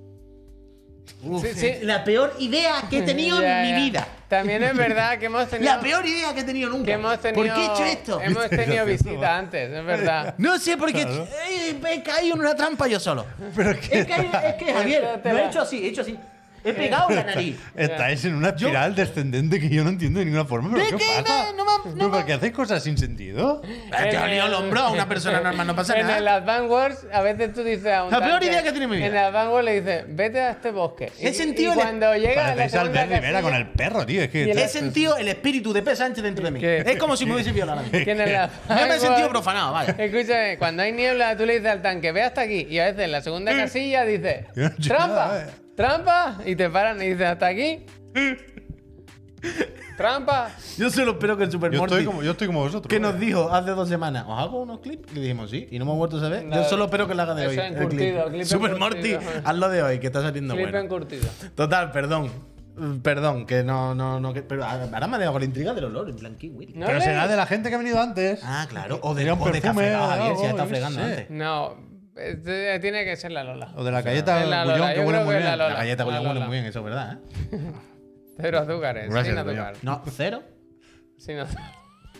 Uf, Sí, sí. La peor idea que he tenido Ya, en ya. mi vida. También es verdad que hemos tenido, La peor idea que he tenido nunca. que hemos tenido, ¿Por qué he hecho esto? Hemos tenido visita antes, es verdad. No sé por qué. Claro. eh, he caído en una trampa yo solo. Pero es que Es que, es que Javier, Te lo la- he hecho así, he hecho así. He pegado la nariz. estáis en una espiral descendente que yo no entiendo de ninguna forma. ¿Pero ¿De qué qué? pasa? No, no me- no ¿Pero me- por qué hacéis cosas sin sentido? Te ha olido el hombro a una persona normal, no pasa En el nada. Advance Wars, a veces tú dices a un La peor tanque- idea que tiene en mi vida. En el Advance Wars le dices, vete a este bosque. He Y- sentido y el- cuando llega a la Parecéis segunda Albert Rivera con casilla- el perro, tío. Es Y que el- He sentido el espíritu de P. Sánchez dentro de mí. ¿Qué? Es como si me hubiese violado ahora mismo. que en el Advance Yo me he sentido Wars- profanado, vaya. Escúchame, cuando hay niebla, tú le dices al tanque, ve hasta aquí. Y a veces en la segunda casilla dice, Yo no he hecho trampa, nada, eh. trampa. Y te paran y dices, hasta aquí. Trampa. Yo solo espero que el Super Yo Morty, estoy, como, yo estoy como vosotros. que vaya. nos dijo hace dos semanas, ¿os hago unos clips? Y le dijimos sí, y no hemos vuelto a saber. No, Yo solo espero que lo haga de hoy. eso el encurtido, clip. clip Super Morty, encurtido. hazlo de hoy, que está saliendo Clip bueno. encurtido. Total, perdón. Perdón, que no, no, no. Que, pero ahora me ha dejado con la intriga del olor, en plan, ¿qué huele? ¿No Pero lees? será de la gente que ha venido antes. Ah, claro. O de, Sería un o de que ha perfume, fregado, Javier, si ya algo, está yo fregando sé. antes. No, este, tiene que ser la Lola. O de la galleta Es la Gullón, Lola, que yo huele creo muy que es bien. la Lola. La galleta La Gullón huele Lola. muy bien, eso es verdad, ¿eh? Cero azúcares, Gracias, sin Gullón. azúcar. No, cero. Sin azúcar.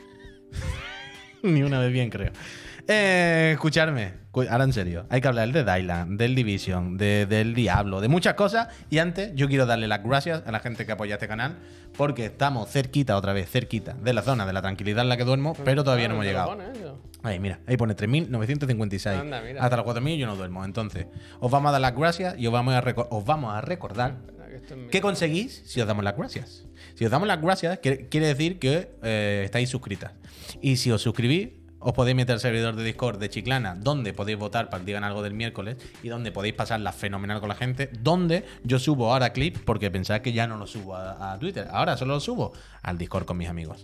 Ni una vez bien, creo. Eh, escucharme, Cu- ahora en serio, hay que hablar de Dylan, del Division, de, del Diablo, de muchas cosas. Y antes, yo quiero darle las gracias a la gente que apoya este canal, porque estamos cerquita, otra vez, cerquita de la zona de la tranquilidad en la que duermo, pero todavía no hemos ¿Dónde lo llegado. pone eso? Ahí, mira, ahí pone tres mil novecientos cincuenta y seis. Anda, mira. Hasta los cuatro mil yo no duermo. Entonces, os vamos a dar las gracias y os vamos a, reco- os vamos a recordar Espera, que esto es mío. ¿qué conseguís si os damos las gracias? Si os damos las gracias, quiere, quiere decir que eh, estáis suscritas. Y si os suscribís, os podéis meter al servidor de Discord de Chiclana, donde podéis votar para el Digan Algo del miércoles y donde podéis pasarla fenomenal con la gente, donde yo subo ahora clips, porque pensad que ya no lo subo a, a Twitter, ahora solo lo subo al Discord con mis amigos.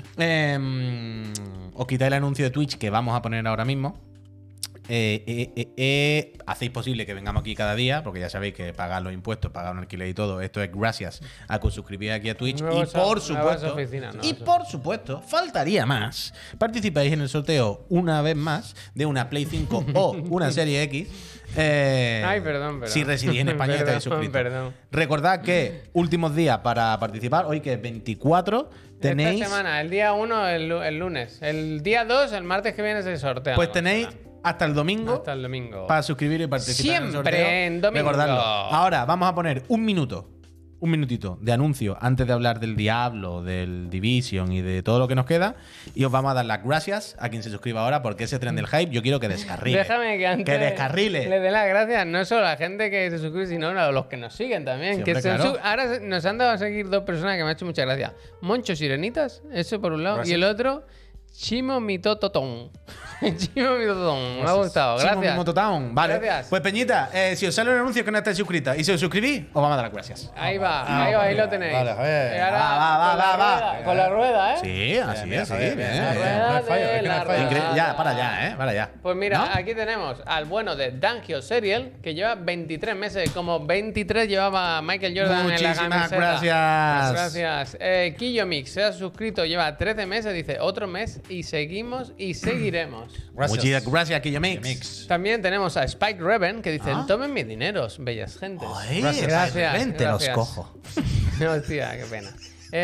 Eh, os quitáis el anuncio de Twitch que vamos a poner ahora mismo. Eh, eh, eh, eh, hacéis posible que vengamos aquí cada día, porque ya sabéis que pagar los impuestos, pagar un alquiler y todo, esto es gracias a que os suscribís aquí a Twitch. Nuevos- y por nuevas supuesto, oficinas, nuevas y por supuesto, faltaría más. Participáis en el sorteo una vez más de una Play cinco o una Serie X. eh, Ay, perdón, perdón. Si residís en España y Perdón, estáis suscritos. perdón. Recordad que últimos días para participar, hoy que es veinticuatro, tenéis. Esta semana, el día uno, el, lu- el lunes. El día dos, el martes que viene se sortea. Pues la tenéis consola. hasta el domingo. Hasta el domingo. Para suscribir y participar en el Siempre sorteo. en domingo. Recordadlo. Ahora vamos a poner un minuto, un minutito de anuncio antes de hablar del Diablo, del Division y de todo lo que nos queda. Y os vamos a dar las gracias a quien se suscriba ahora, porque ese tren del hype yo quiero que descarrile. Déjame que antes Que descarrile. le dé las gracias no solo a la gente que se suscribe, sino a los que nos siguen también. Sí, que hombre, se claro. su- Ahora se- nos han dado a seguir dos personas que me ha hecho mucha gracia. Moncho Sirenitas, eso por un lado. Gracias. Y el otro, Chimo Mitototón. Chimo Mitototón. Me ha gustado. Chimo Gracias. Mimoto Town. Vale. Gracias. Pues Peñita, eh, si os sale un anuncio que no estáis suscritas y si os suscribís, os vamos a dar las gracias. Ahí va, ahí va, ahí lo tenéis. Vale, Javier. Y ahora, Va, va, va, con la va, va. rueda, Con la rueda, ¿eh? Sí, así bien, es, sí, Javier, bien, bien. bien. No hay fallo, es que no hay fallo. Incre- Ya, para allá, ¿eh? Para allá. Pues mira, ¿No? aquí tenemos al bueno de Dangio Serial, que lleva veintitrés meses, como veintitrés llevaba Michael Jordan en la Muchísimas camiseta. gracias. Pues gracias. Eh, Killo Mix se ha suscrito, lleva trece meses, dice otro mes y seguimos y seguiremos. Gracias. Muchas gracias, Killo Mix. Mix. También tenemos a Spike Reven, que dice, Ah. tomen mis dineros, bellas gentes. Ay, Gracias. Gracias, Vente, los gracias. cojo. Hostia, qué pena.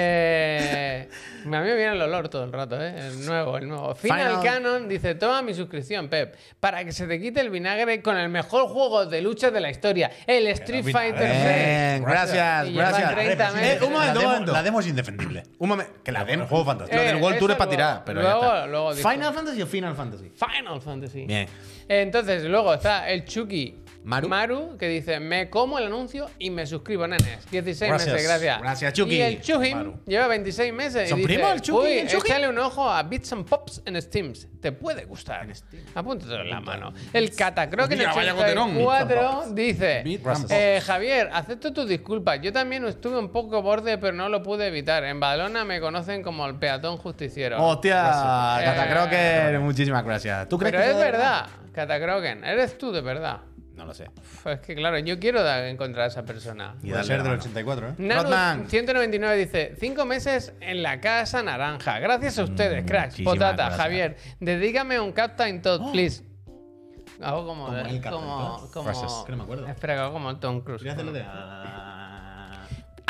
Eh, a mí me viene el olor todo el rato, ¿eh? El nuevo, el nuevo. Final, Final. Canon dice: toma mi suscripción, Pep, para que se te quite el vinagre con el mejor juego de lucha de la historia, el Street Fighter seis. Bien, gracias, Y llevan gracias. treinta Eh, meses. un momento, la, un demo, momento. la demo es indefendible. Un momento. Que la El demo. juego fantástico. Lo del Eh, World Tour eso es para tirar, luego- pero luego- ya está. luego dijo. ¿Final Fantasy o Final Fantasy? Final Fantasy. Bien. Entonces, luego está el Chucky Maru. que dice: me como el anuncio y me suscribo, nenes. dieciséis Gracias. meses, gracias. Gracias, Chucky. Y el Chuhim Maru. lleva veintiséis meses. ¿Son y dice, primos el Chucky y "Uy, el Chucky?" échale un ojo a Bits and Pops en Steam. Te puede gustar. Apúntatelo en la mano. El Catacroken Mira, vaya goterón. ochenta y cuatro dice: Bits and eh, Javier, acepto tus disculpas. Yo también estuve un poco borde, pero no lo pude evitar. En Badalona me conocen como el peatón justiciero. Hostia, Gracias. Catacroken, Eh, muchísimas gracias. ¿Tú crees Pero que es sea de verdad, Catacroken. Eres tú de verdad. No lo sé. Uf, es que claro, yo quiero da- encontrar a esa persona. Y Puede darle ser la del mano. ochenta y cuatro, ¿eh? Nano Rodman. ciento noventa y nueve dice: cinco meses en la Casa Naranja. Gracias a ustedes, cracks. muchísimas Potata, gracias. Javier. Dedícame un Captain Todd, please. Hago como. Como el Captain como, Todd. como Gracias. Que no me acuerdo. Espera, que hago como el Tom Cruise. Voy a hacerlo de. ah.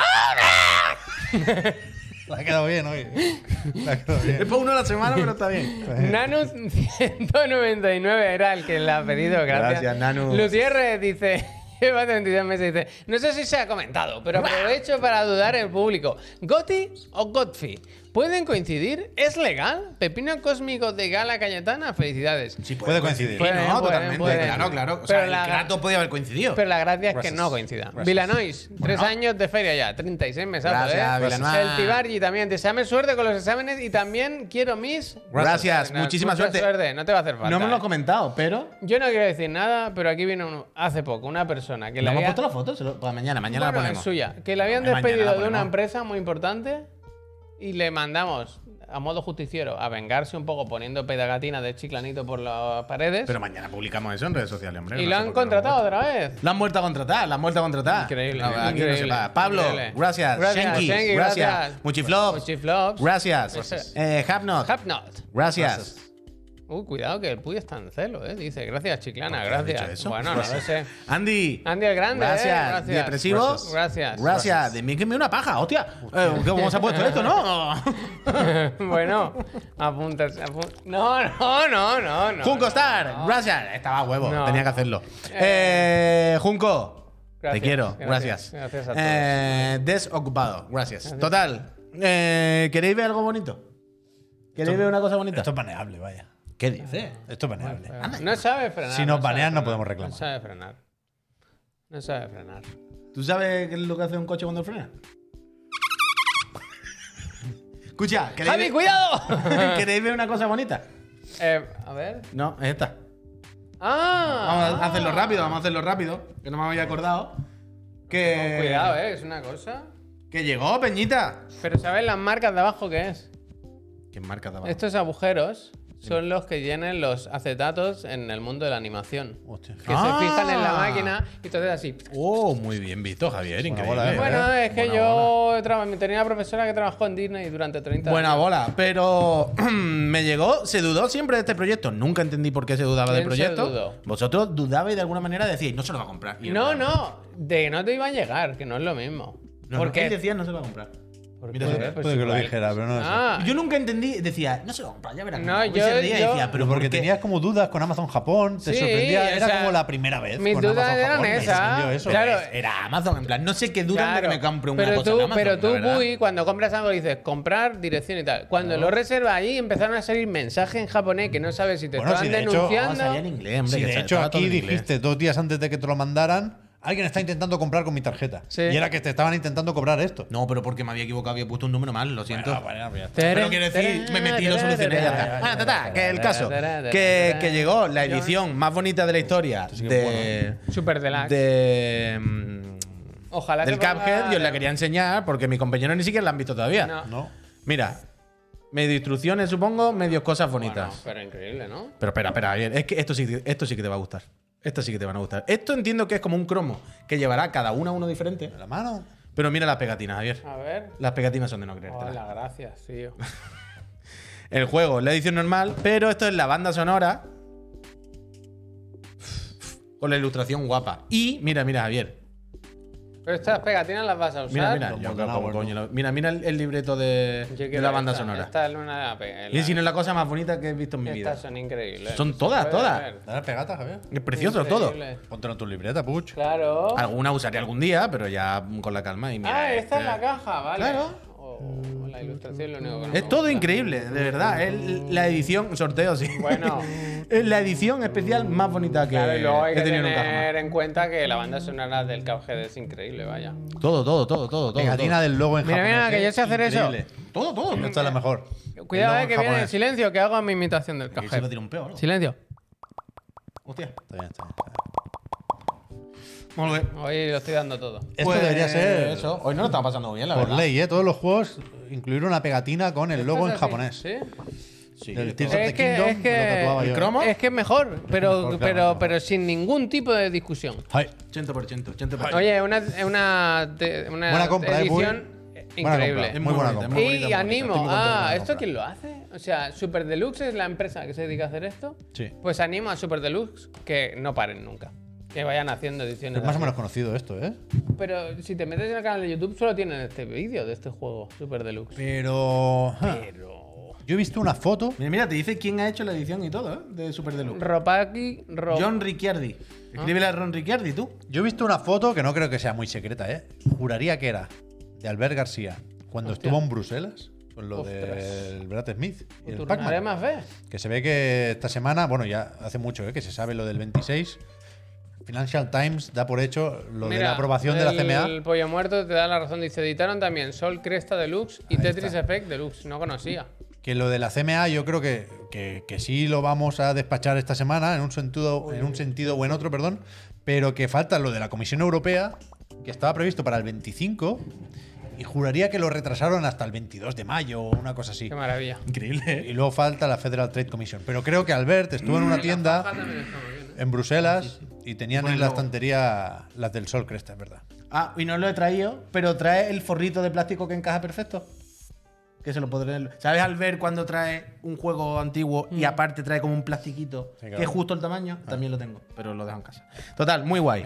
Le ha quedado bien hoy. Le ha quedado Es bien. para uno a la semana, pero está bien. Nanus ciento noventa y nueve era el que le ha pedido, gracias. Gracias, Nanus. Lucierre dice, lleva veintidós meses, dice, no sé si se ha comentado, pero aprovecho para dudar en público. ¿Gotti o Godfrey? ¿Pueden coincidir? ¿Es legal? ¿Pepino cósmico de Gala Cayetana? Felicidades. Sí, Puede coincidir. Pueden, no, pueden, totalmente. pueden. Claro, claro. O Pero sea, la- el Kratos podía haber coincidido. Pero la gracia es que Gracias. no coincida. Gracias. Villanois, tres Bueno. años de feria ya, treinta y seis meses. Gracias, ¿eh? Villanois. El Tibargi también, deseame suerte con los exámenes y también quiero mis... Gracias, No, muchísima mucha suerte. No te va a hacer falta. No me lo he ¿eh? comentado, pero. Yo no quiero decir nada, pero aquí vino uno- hace poco una persona que ¿Le le hemos había... puesto la foto? Se lo- Para mañana, mañana Bueno, la es ponemos. suya. Que le habían Eh, mañana despedido la de una ponemos. empresa muy importante y le mandamos a modo justiciero a vengarse un poco poniendo pedagatinas de Chiclanito por las paredes. Pero mañana publicamos eso en redes sociales, hombre. y no lo sé han por qué no contratado lo han otra vez. puesto. Lo han vuelto a contratar, lo han vuelto a contratar. Increíble, No, aquí increíble, no se paga. Pablo, increíble. gracias. Gracias, Shenki, Shenki, gracias. gracias. Muchiflops, Muchiflops. gracias. Gracias. Eh, Hapnot, Hapnot. gracias. Uy, cuidado que el Puy está en celo, ¿eh? Dice, gracias, Chiclana, ¿Por qué has gracias. dicho eso? Bueno, no lo sé. Andy. Andy el Grande, Gracias. eh, gracias. Depresivos. Gracias. Gracias. De mí que me una paja, hostia. Eh, ¿Cómo se ha puesto esto, no? Bueno, apuntas. apun- No, no, no, no, no. Junco no, Star, no. gracias. Estaba a huevo, No. tenía que hacerlo. Eh, Junco, Gracias, te quiero, gracias, gracias. gracias a todos. Eh, desocupado, gracias. Total, eh, ¿queréis ver algo bonito? ¿Queréis ver una cosa bonita? Esto es baneable, vaya. ¿Qué dices? Esto es baneable. No sabe frenar. Si nos no sabe banean, no frenar, podemos reclamar. No sabe frenar. No sabe frenar. ¿Tú sabes qué es lo que hace un coche cuando frena? Escucha, ¿queréis ¡Javi, ver- cuidado! ¿Queréis ver una cosa bonita? Eh, a ver. No, es esta. ¡Ah! Vamos a hacerlo rápido, vamos a hacerlo rápido, que no me había acordado. Que, Cuidado, eh, es una cosa. que llegó, Peñita. Pero ¿sabes las marcas de abajo qué es? ¿Qué marca de abajo? Estos agujeros son los que llenan los acetatos en el mundo de la animación. Hostia. Que Ah. se fijan en la máquina y entonces así. Oh, muy bien visto, Javier, increíble. bola, eh. Bueno, es que Buena yo traba- tenía una profesora que trabajó en Disney durante treinta Buena años. bola, pero me llegó, se dudó siempre de este proyecto. Nunca entendí por qué se dudaba del ¿Quién se proyecto. dudó? Vosotros dudabais de alguna manera, decíais, no se lo va a comprar. Y No, en plan, no, de que no te iba a llegar, que no es lo mismo. No, ¿Por no, qué? él decía, no se lo va a comprar. ¿Por Mira, qué? puede- Pues puede que lo igual. dijera, pero no lo sé. Ah, Yo nunca entendí, decía, no se lo va a comprar, ya verás. No, cómo". yo- Y se reía y yo- decía, pero Pero porque ¿por qué? tenías como dudas con Amazon Japón, te Sí, sorprendía. o Era sea, como la primera vez. mis con dudas Amazon eran Japón, me esas. sorprendió eso. Claro. Era Amazon, en plan, no sé qué dudan de que me compre una pero cosa tú, en Amazon, pero tú, la verdad. Puy, cuando compras algo dices comprar, dirección y tal. Cuando lo reservas allí empezaron a salir mensajes en japonés que no sabes si te Bueno, estaban si de hecho- denunciando. No, salía en inglés, hombre. Sí, que de sa- hecho, estaba todo aquí en inglés. dijiste dos días antes de que te lo mandaran, alguien está intentando comprar con mi tarjeta. Sí. Y era que te estaban intentando cobrar esto. No, pero porque me había equivocado, había puesto un número mal, lo siento. Bueno, bueno, ya está. Pero quiero decir, me metí y lo solucioné y ya está. Bueno, tata, que el caso, que, que llegó la edición más bonita de la historia sí que es de, Super deluxe. de mm, Ojalá del que ponga- Cuphead. Yo os la quería enseñar porque mis compañeros ni siquiera la han visto todavía. No. No. Mira, medio instrucciones, supongo, medio cosas bonitas. Bueno, pero increíble, ¿no? Pero espera, espera, Javier, es que esto sí, esto sí que te va a gustar. Esto sí que te van a gustar. Esto entiendo que es como un cromo que llevará cada uno a uno diferente. ¿De la mano? Pero mira las pegatinas, Javier. A ver. Las pegatinas son de no creértela. Hola, gracias, tío. El juego es la edición normal, pero esto es la banda sonora con la ilustración guapa. Y mira, mira, Javier. Pero estas pegatinas las vas a usar. Mira, mira, Los yo, Morgan como Hour, coño, lo- mira, mira el, el libreto de, Yo de quiero la banda esta, sonora. Esta es una pe- Y si no es la cosa más bonita que he visto en mi vida. Estas son increíbles. Son Se todas, puede todas. ver. Dale pegata, Javier. Es precioso todo. Increíble. Póntelo en tu libreta, Puch. Claro. Alguna usaré algún día, pero ya con la calma. Y mira, Ah, esta este- es la caja, vale. Claro. Oh, la ilustración es lo único que no Es me todo gusta. increíble, de verdad. Es la edición, sorteo, sí. Bueno. Es la edición especial más bonita que Claro, y luego hay he que tenido nunca tener jamás. en cuenta que la banda sonora del Cuphead es increíble, vaya. Todo, todo, todo, todo. todo Pegatina todo. del logo en Mira, japonés. mira, que yo sé hacer eso. Increíble. Todo, todo. Esta es la mejor. Cuidado, El eh, logo que en viene en japonés. silencio, que hago mi imitación del Ahí se va a Cuphead. tirar un peo, ¿no? Silencio. Hostia. Está bien, está bien. Muy bien. Hoy lo estoy dando todo. Esto Pues debería ser eso. Hoy no lo está pasando muy bien, la por verdad. ley, ¿eh? Todos los juegos incluir una pegatina con el logo ¿Esto en es así? japonés. ¿Sí? Sí, Del esto- Tears of Es the que- Kingdom, es que- me lo tatuaba ¿El yo. cromo? Es que es mejor, pero, Mejor, claro, pero, claro. pero sin ningún tipo de discusión. Ay, ochenta por ciento, ochenta por ciento. Oye, una, una, te- una Buena compra, eh, Puy. edición Buena increíble. compra. Muy buena compra. muy bonita, Y muy bonita. animo Estoy muy contento a. con la ¿Esto compra. quién lo hace? O sea, Super Deluxe es la empresa que se dedica a hacer esto. sí. Pues animo a Super Deluxe que no paren nunca. Que vayan haciendo ediciones. Es más o así. menos conocido esto, ¿eh? Pero si te metes en el canal de YouTube, solo tienen este vídeo de este juego, Super Deluxe. Pero. ah, Pero. Yo he visto una foto. Mira, mira, te dice quién ha hecho la edición y todo, ¿eh? De Super Deluxe. Ropaki, Ro... John Ricciardi. Escríbele a Ron Ricciardi, tú. Yo he visto una foto que no creo que sea muy secreta, ¿eh? Juraría que era de Albert García cuando Hostia. estuvo en Bruselas con lo Ostras. del Brad Smith y el Turnaré Pac-Man. más vez. Que se ve que esta semana, bueno, ya hace mucho ¿eh? que se sabe lo del veintiséis. Financial Times da por hecho lo de Mira, la aprobación de la C M A. El pollo muerto te da la razón. Dice: editaron también Sol Cresta Deluxe y Ahí Tetris está. Effect Deluxe. No conocía. Que lo de la C M A yo creo que, que, que sí lo vamos a despachar esta semana, en un sentido, en un sentido o en otro, perdón, pero que falta lo de la Comisión Europea, que estaba previsto para el veinticinco, Y juraría que lo retrasaron hasta el veintidós de mayo o una cosa así. Qué maravilla. Increíble, ¿eh? Y luego falta la Federal Trade Commission. Pero creo que Albert estuvo en una tienda También está muy bien, ¿eh? en Bruselas y tenían Buen en la logo. estantería las del Sol Cresta, es verdad. Ah, y no lo he traído, pero trae el forrito de plástico que encaja perfecto. Que se lo podré. ¿Sabes al ver cuando trae un juego antiguo y aparte trae como un plastiquito Sí, claro. que es justo el tamaño? También lo tengo, pero lo dejo en casa. Total, muy guay.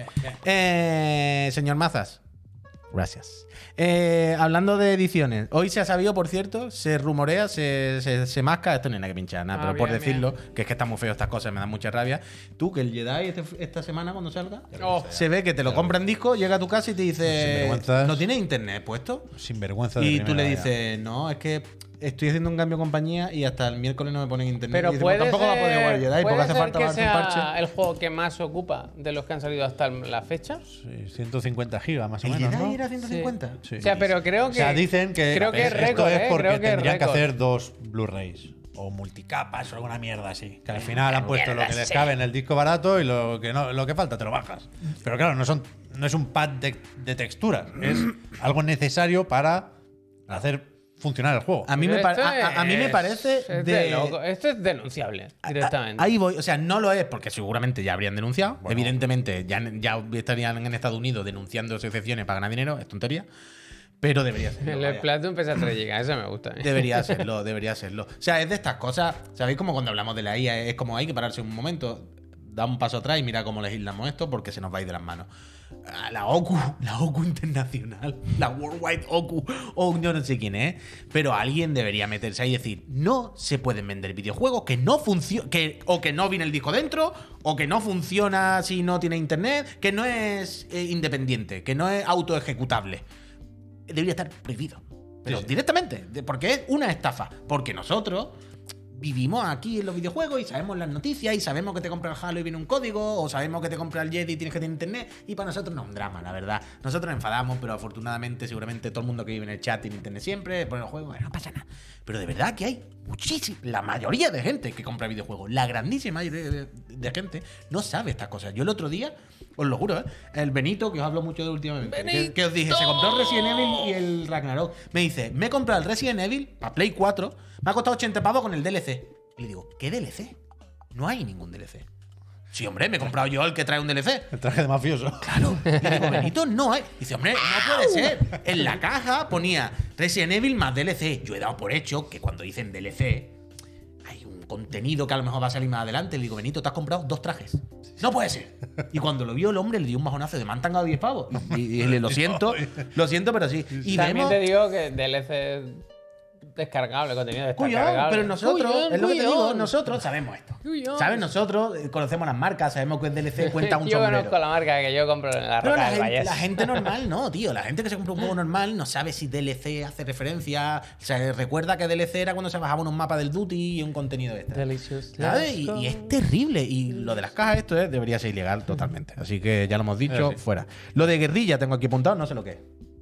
Eh, señor Mazas, gracias. Eh, hablando de ediciones, hoy se ha sabido, por cierto, se rumorea, se, se, se masca, esto no hay nada que pinchar, nada, Ah, pero por bien, decirlo, que es que están muy feos estas cosas, me dan mucha rabia. Tú, que el Jedi este- esta semana cuando salga, Oh. se ve que te lo compra en disco, llega a tu casa y te dice, Sinvergüenzas. ¿no tienes internet puesto? Sin vergüenza de Y tú le primera, vaya. dices, no, es que estoy haciendo un cambio de compañía y hasta el miércoles no me ponen internet. Pero y dice, puede pues tampoco va a poder jugar ser, Jedi puede porque hace ser falta que darte un parche. sea el juego que más ocupa de los que han salido hasta la fecha. Sí, ciento cincuenta gigas más o ¿El menos, Jedi ¿no? era ciento cincuenta? Sí. O sea, pero creo que. O sea, dicen que, creo que es esto récord, es ¿eh? porque Creo que es tendrían que récord. hacer dos Blu-rays o multicapas o alguna mierda así. Que al final han puesto lo que les cabe en el disco barato y lo que no, lo que falta te lo bajas. Pero claro, no son no es un pad de, de texturas, es algo necesario para hacer funcionar el juego. A mí, me Pero pa- esto a, a- a mí me es- parece es de de... loco. Esto es denunciable directamente. Ahí voy, o sea, no lo es porque seguramente ya habrían denunciado. Evidentemente, ya, ya estarían en Estados Unidos denunciando asociaciones para ganar dinero, es tontería. Pero debería serlo. El vaya. Splatoon pesa tres gigas, eso me gusta. ¿eh? Debería serlo, debería serlo. O sea, es de estas cosas, ¿sabéis? Como cuando hablamos de la I A, es como hay que pararse un momento, da un paso atrás y mira cómo legislamos esto porque se nos va a ir de las manos. Ah, La O C U, la O C U internacional, la Worldwide O C U, o yo no sé quién es, pero alguien debería meterse ahí y decir, no se pueden vender videojuegos que no funcionan, que, o que no viene el disco dentro, o que no funciona si no tiene internet, que no es eh, independiente, que no es autoejecutable. Debería estar prohibido. Pero Sí, sí. directamente, de- porque es una estafa. Porque nosotros vivimos aquí en los videojuegos y sabemos las noticias y sabemos que te compra el Halo y viene un código, o sabemos que te compra el Jedi y tienes que tener internet, y para nosotros no es un drama, la verdad. Nosotros nos enfadamos, pero afortunadamente seguramente todo el mundo que vive en el chat tiene internet siempre, pone el juego, no pasa nada. Pero de verdad que hay muchísima, la mayoría de gente que compra videojuegos, la grandísima mayoría de, de gente no sabe estas cosas. Yo el otro día, os lo juro, ¿eh? El Benito, que os hablo mucho de últimamente, que, que os dije, se compró el Resident Evil y el Ragnarok. Me dice, me he comprado el Resident Evil para Play cuatro, me ha costado ochenta pavos con el D L C. Y le digo, ¿qué D L C? No hay ningún D L C. Sí, hombre, me he comprado yo el que trae un D L C. El traje de mafioso. Claro. Y digo, Benito, no hay. Dice, hombre, no puede ser. En la caja ponía Resident Evil más D L C. Yo he dado por hecho que cuando dicen D L C hay un contenido que a lo mejor va a salir más adelante. Le digo, Benito, te has comprado dos trajes. No puede ser. Y cuando lo vio el hombre, le dio un bajonazo de me han tangado diez pavos. Y, y le lo siento, lo siento, pero sí. Y También vemos... te digo que D L C descargable, contenido descargable. Cuidado, pero nosotros, Cuyón, es lo que te digo, cuyón. nosotros sabemos esto. Cuyón. ¿Sabes? Nosotros eh, conocemos las marcas, sabemos que el D L C cuenta un Yo sombrero. conozco la marca que yo compro en la Pero Roca la del gente, Vallés. la gente normal no, tío. La gente que se compra un juego normal no sabe si D L C hace referencia. O sea, recuerda que D L C era cuando se bajaban un mapa del Duty y un contenido extra. Delicious. ¿Sabes? Y, y es terrible. Y lo de las cajas, esto eh, debería ser ilegal totalmente. Así que ya lo hemos dicho, Eh, sí. fuera. Lo de guerrilla tengo aquí apuntado, no sé lo que es.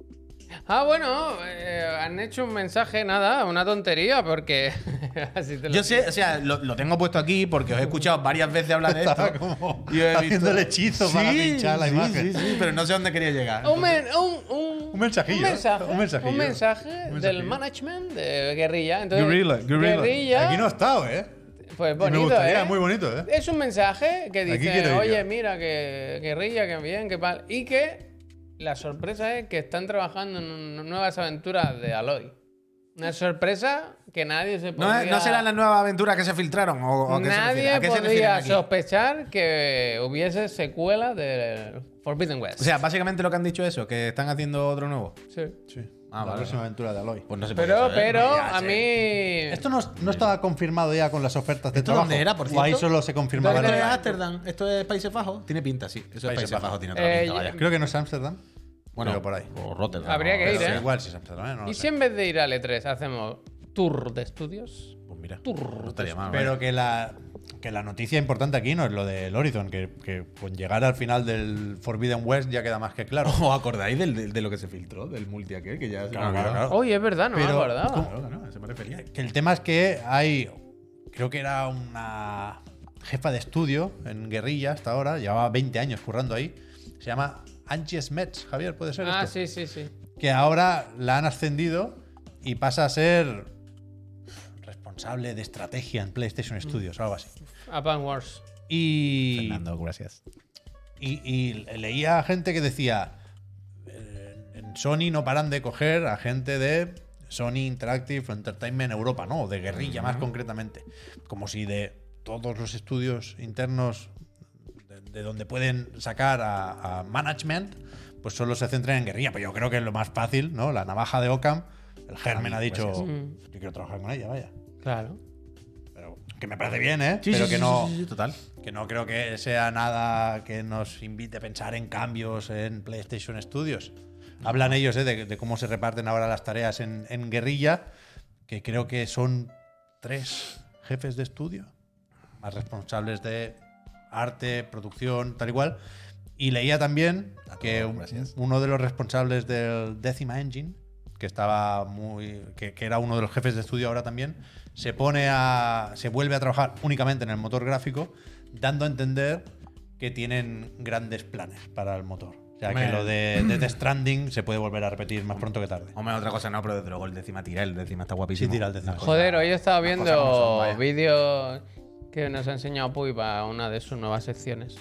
Ah, bueno, eh, han hecho un mensaje, nada, una tontería, porque. así te lo Yo digo. sé, o sea, lo, lo tengo puesto aquí porque os he escuchado varias veces hablar de esto. Estaba como Y he haciendo el hechizo para pinchar la sí, imagen. Sí, sí, pero no sé dónde quería llegar. Un, men- un, un, Un mensajillo, Un mensaje, un mensajillo. un mensaje Un del mensajillo. management de Guerrilla. Entonces, Guerrilla, Guerrilla. Guerrilla, Aquí no ha estado, ¿eh? pues Y bonito, me gustaría, ¿eh? muy bonito, ¿eh? Es un mensaje que Aquí dice, quiero ir oye, yo". mira, que Guerrilla, que bien, que mal. Y que la sorpresa es que están trabajando en un- nuevas aventuras de Aloy. Una sorpresa que nadie se ¿No, podía... es- ¿No serán las nuevas aventuras que se filtraron? ¿O, o qué se refiere? Nadie ¿A qué se refieren podía aquí? sospechar que hubiese secuela de Forbidden West. O sea, básicamente lo que han dicho es eso, que están haciendo otro nuevo. Sí. Sí. Ah, la vale, próxima vale. aventura de Aloy. Pues no se Pero, puede saber, pero, no, ya a sé. mí... Esto no, no estaba confirmado ya con las ofertas de ¿Esto trabajo. dónde era, por O ahí cierto? solo se confirmaba. ¿Esto en es el- Ámsterdam? ¿Esto es Países Bajos? Tiene pinta, sí. Eso es Países Países Bajos, Bajos. tiene otra Eh, pinta, yo- vaya. Creo que no es Ámsterdam. Bueno, pero por ahí. O Rotterdam. Habría que o- ir, Pero ¿eh? igual si es Ámsterdam, ¿eh? No lo ¿Y sé. si en vez de ir al E tres hacemos tour de estudios? Pues mira, no estaría mal. Pero vaya. que la, que la noticia importante aquí no es lo del Horizon, que, que con llegar al final del Forbidden West ya queda más que claro. ¿Os acordáis del- de, de lo que se filtró? Del multi aquel que ya se Claro, me ha olvidado? claro, Oye, es verdad, no me Pero, acordaba. ¿cómo? Claro, claro, a eso me refería. Que el tema es que hay, creo que era una jefa de estudio en Guerrilla hasta ahora, llevaba veinte años currando ahí, se llama Angie Smets, Javier, ¿puede ser Ah, esto? sí, sí, sí. que ahora la han ascendido y pasa a ser responsable de estrategia en PlayStation Studios o algo así. Up and Wars. Y, Fernando, gracias. y, y leía a gente que decía, eh, en Sony no paran de coger a gente de Sony Interactive Entertainment Europa, ¿no? De Guerrilla, uh-huh. más concretamente. Como si de todos los estudios internos de, de donde pueden sacar a, a management, pues solo se centran en Guerrilla. Pero yo creo que es lo más fácil, ¿no? La navaja de Occam. El Germen ha dicho, pues yo quiero trabajar con ella, vaya. Claro. Pero que me parece bien, ¿eh? Sí, pero sí, que sí, no, sí, sí, total. que no creo que sea nada que nos invite a pensar en cambios en PlayStation Studios. Hablan ellos ¿eh? de, de cómo se reparten ahora las tareas en, en Guerrilla, que creo que son tres jefes de estudio, más responsables de arte, producción, tal y cual. Y leía también que un, uno de los responsables del Decima Engine, que estaba muy, que, que era uno de los jefes de estudio ahora también, se pone a, se vuelve a trabajar únicamente en el motor gráfico, dando a entender que tienen grandes planes para el motor. O sea, Hombre. que lo de, de Death Stranding se puede volver a repetir más pronto que tarde. Hombre, otra cosa no, pero desde luego el décima tira, el décima está guapísimo. Sí, tira el décima. Joder, hoy he estado las cosas como son, viendo vaya. vídeos que nos ha enseñado Puy para una de sus nuevas secciones.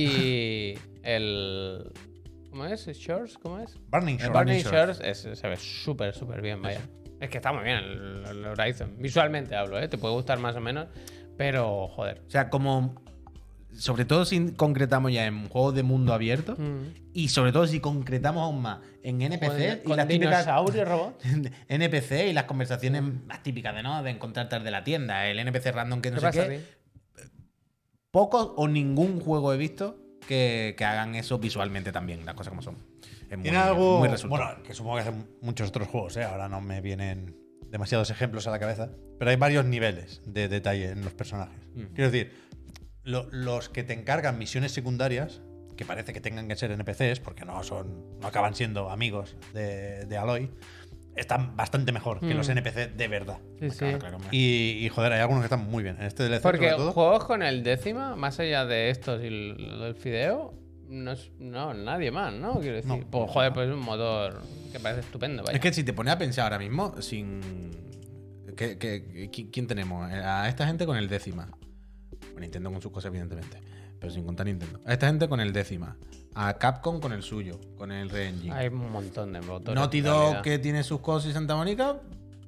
Y el... ¿Cómo es? ¿Shores? ¿Cómo es? Burning El Shores. Burning Shores es- se ve súper, súper bien, vaya. Es que está muy bien el, el Horizon. Visualmente hablo, ¿eh? Te puede gustar más o menos, pero joder. O sea, como. Sobre todo si concretamos ya en juegos de mundo abierto. Mm. Y sobre todo si concretamos aún más en N P C Joder, y con las típicas. dinosaurios, robots. N P C y las conversaciones más típicas de no, de encontrarte de la tienda, el N P C random que no ¿Qué sé pasa, qué. tío? Pocos o ningún juego he visto que, que hagan eso visualmente también, las cosas como son. Es muy, Tiene algo. muy resultado. Bueno, que supongo que hacen muchos otros juegos, ¿eh? Ahora no me vienen demasiados ejemplos a la cabeza. Pero hay varios niveles de detalle en los personajes. Mm. Quiero decir, lo- los que te encargan misiones secundarias, que parece que tengan que ser N P Cs, porque no son. No acaban siendo amigos de, de Aloy, están bastante mejor que Mm. los N P C de verdad. Sí, sí. Claro, claro, hombre. Y, y, joder, hay algunos que están muy bien. En este D L C, Porque sobre todo. juegos con el décima, más allá de estos y lo del fideo, no, es- no nadie más, ¿no? Quiero decir, No. pues joder, pues es un motor que parece estupendo, vaya. Es que si te pones a pensar ahora mismo, sin. ¿Qué- qué- qui- ¿Quién tenemos? A esta gente con el décima. Bueno, Nintendo con sus cosas, evidentemente. Pero sin contar Nintendo. A esta gente con el décima. A Capcom con el suyo, con el Re-Engine. Hay un montón de motores. Naughty en Dog realidad. que tiene sus cosas y Santa Mónica.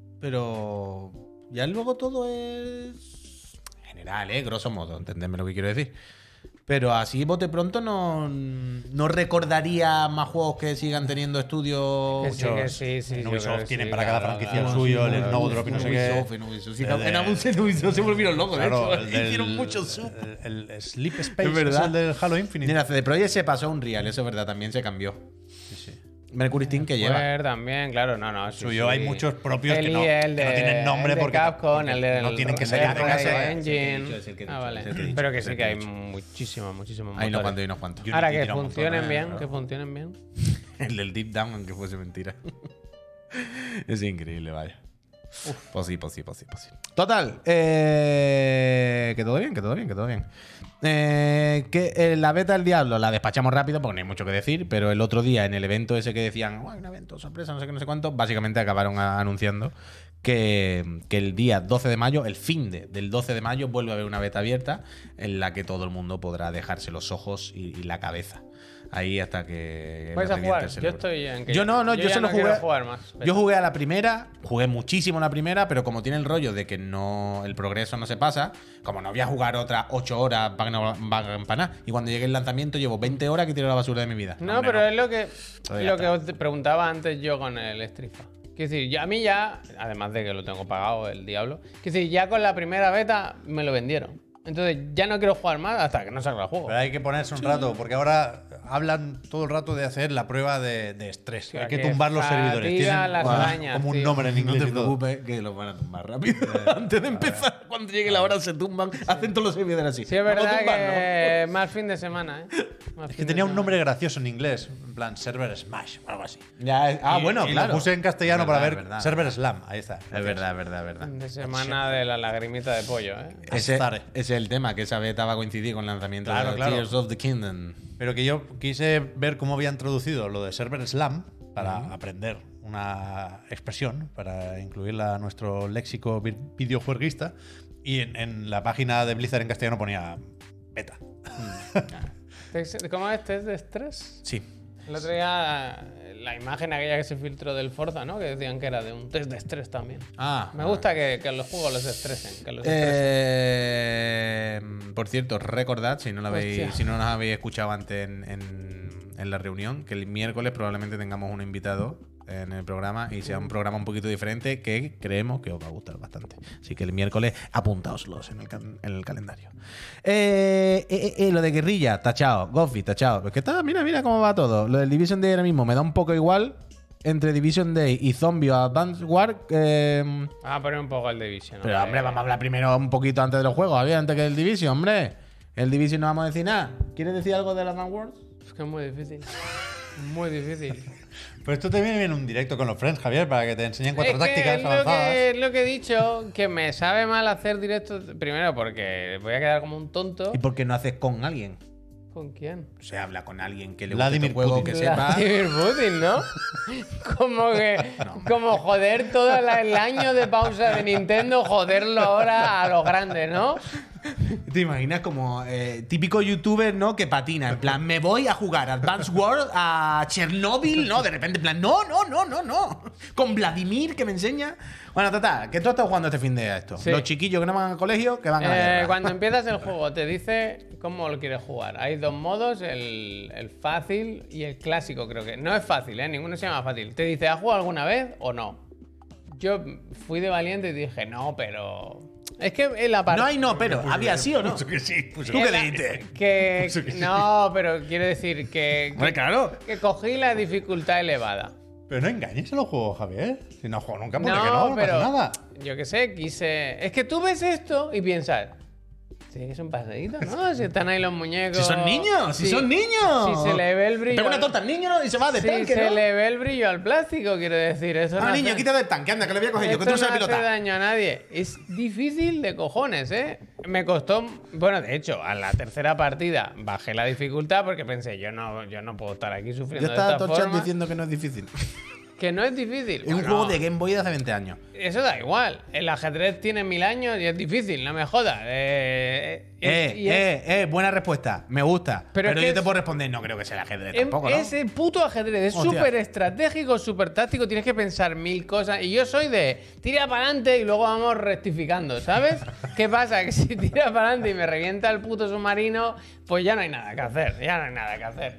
Pero. Ya luego todo es. General, ¿eh? Grosso modo, entendedme lo que quiero decir. Pero así, bote pronto, no, no recordaría más juegos que sigan teniendo estudios. Que sí, que sí, sí, en yo Ubisoft creo que tienen sí, para cada claro, franquicia claro. el suyo, Sí, el sí, Snowdrop y no sé qué. Ubisoft, en Ubisoft, sí, El de- en algún de Ubisoft se volvieron locos, de Claro, hecho. el del- Hicieron mucho sub. El, el Sleep Space, Es verdad. es el del Halo Infinite. Mira, C D Projekt se pasó a Unreal, eso es verdad, también se cambió. Sí, sí. Mercury Steam que lleva. Square también, claro, no, no. sí, Suyo sí. hay muchos propios el que no- I E, el que no de- tienen nombre el de porque- Capcom, porque el de no tienen que salir de casa. Engine. Es el que he dicho, Ah, vale. es el que he dicho, Pero es que el sí que que he hay dicho. muchísimos, muchísimos Hay unos motores. cuantos y unos cuantos. Unity Ahora que tira un montón, funcionen eh, bien, claro. que funcionen bien. El del Deep Down, aunque fuese mentira. Es increíble, vaya. Pues sí, pues sí, pues sí, pues sí. Total, eh, que todo bien, que todo bien, que todo bien. Eh, que eh, la beta del Diablo la despachamos rápido porque no hay mucho que decir, pero el otro día en el evento ese que decían, "Oh, hay un evento sorpresa, no sé qué, no sé cuánto", básicamente acabaron a- anunciando que, que el día doce de mayo, el fin de, del doce de mayo, vuelve a haber una beta abierta en la que todo el mundo podrá dejarse los ojos y, y la cabeza. Ahí hasta que. ¿Vais le a reviente jugar? el Yo cerebro. estoy en que Yo no, no, yo, ya se lo no quiero jugué. jugar más. Yo jugué a la primera, jugué muchísimo la primera, pero como tiene el rollo de que no el progreso no se pasa, como no voy a jugar otras ocho horas para que no valgan para nada. Y cuando llegue el lanzamiento llevo veinte horas que tiro la basura de mi vida. No, hombre, pero es lo que, Todavía lo que está. os preguntaba antes yo con el Strifa. Quiero decir, ya- a mí ya, además de que lo tengo pagado el Diablo, quiero decir, ya con la primera beta me lo vendieron. Entonces ya no quiero jugar más hasta que no salga el juego. Pero hay que ponerse un rato, porque ahora hablan todo el rato de hacer la prueba de, de estrés. Hostia, hay que que tumbar los fatiga servidores. Tienen las como- arañas, como un tío. nombre en No inglés. te y todo. preocupes que los van a tumbar rápido. Antes de empezar, cuando llegue la hora se tumban, hacen todos los servidores así. Sí, es Vamos a verdad tumbarlo. que más fin de semana, ¿eh? Más Es fin que de tenía un semana. nombre gracioso en inglés, en plan Server Smash o algo así. Ya es- ah, Y- bueno, y claro. lo puse en castellano Es para verdad, ver es verdad. Server Slam. Ahí está. Es verdad, es verdad, es verdad. Fin de semana de la lagrimita de pollo, ¿eh? Ese, Azar. ese es el tema, que esa beta va a coincidir con el lanzamiento Claro, de claro. Tears of the Kingdom. Pero que yo quise ver cómo habían traducido lo de Server Slam para uh-huh. aprender una expresión, para incluirla a nuestro léxico vi- videojueguista. Y en, en la página de Blizzard en castellano ponía beta. ¿Cómo es test de estrés? Sí. El otro día, la imagen aquella que se filtró del Forza, ¿no? Que decían que era de un test de estrés también. Ah. Me gusta que, que los juegos los estresen. Que los eh, por cierto, recordad, si no, lo habéis, Hostia. si no nos habéis escuchado antes en, en, en la reunión, que el miércoles probablemente tengamos un invitado en el programa y sea un programa un poquito diferente que creemos que os va a gustar bastante. Así que el miércoles apuntaoslos en el, en el calendario. Eh, eh, eh, lo de guerrilla, tachado. Goffy, tachado. Pues que está, mira, mira cómo va todo. Lo del Division Day ahora mismo me da un poco igual. Entre Division Day y Zombie o Advanced War. Eh, Vamos a poner un poco el Division. pero hombre, vamos a hablar primero un poquito antes de los juegos, ¿había? Antes que el Division, hombre. El Division no vamos a decir nada. ¿Quieres decir algo de Advanced Wars? Es que es muy difícil. Muy difícil. Pero esto te viene en un directo con los friends, Javier, para que te enseñen cuatro es tácticas que es avanzadas. lo que, es lo que he dicho, que me sabe mal hacer directos. Primero, porque voy a quedar como un tonto. ¿Y por qué no haces con alguien? ¿Con quién? O sea, habla con alguien que le guste Vladimir tu juego, Putin. que sepa. Vladimir Putin, ¿no? Como que. como joder todo la- el año de pausa de Nintendo, joderlo ahora a los grandes, ¿no? ¿Te imaginas como eh, típico youtuber, ¿no? Que patina, en plan, me voy a jugar a Advance Wars, a Chernobyl, ¿no? De repente, en plan, no, no, no, no, no. Con Vladimir, que me enseña. Bueno, total, que tú estás jugando este fin de esto. Sí. Los chiquillos que no van al colegio, que van a la Eh, guerra. cuando empiezas el juego te dice cómo lo quieres jugar. Hay dos modos, el, el fácil y el clásico, creo que. No es fácil, ¿eh? Ninguno se llama fácil. Te dice, ¿has jugado alguna vez o no? Yo fui de valiente y dije, no, pero... Es que en la parte... No hay no, pero había sí o no. Puso que sí, puso ¿Tú que qué sí. dijiste? Que, Puso que sí. no, pero quiero decir que, Hombre, claro. que cogí la dificultad elevada. Pero no engañes a los juegos, Javier. Si no juego nunca, porque No, que no, no pero pasa nada. yo qué sé, quise... Es que tú ves esto y piensas... Sí, que es un paseíto, ¿no? Si están ahí los muñecos... Si son niños, si Sí. son niños. Si se le ve el brillo... Pega una torta al niño, ¿no? Y se va de Si tanque, se ¿no? le ve el brillo al plástico, quiero decir. Eso Ah, no niño, hace- quítate del tanque, anda, que le voy a coger yo, que esto tú no sabes no hace pilotar. daño a nadie. Es difícil de cojones, ¿eh? Me costó... Bueno, de hecho, a la tercera partida bajé la dificultad porque pensé, yo no, yo no puedo estar aquí Yo sufriendo de estaba esta todo el chat forma. diciendo que no es difícil. Que no es difícil. Es un Bueno, juego de Game Boy de hace veinte años. Eso da igual. El ajedrez tiene mil años y es difícil, no me jodas. Eh, Eh, es- y es- eh, eh, buena respuesta. Me gusta. Pero Pero, es que yo te es- puedo responder, no creo que sea el ajedrez Em- tampoco, ¿no? Ese puto ajedrez es Hostia. súper estratégico, súper táctico, tienes que pensar mil cosas. Y yo soy de tira para adelante y luego vamos rectificando, ¿sabes? ¿Qué pasa? Que si tira para adelante y me revienta el puto submarino, pues ya no hay nada que hacer, ya no hay nada que hacer.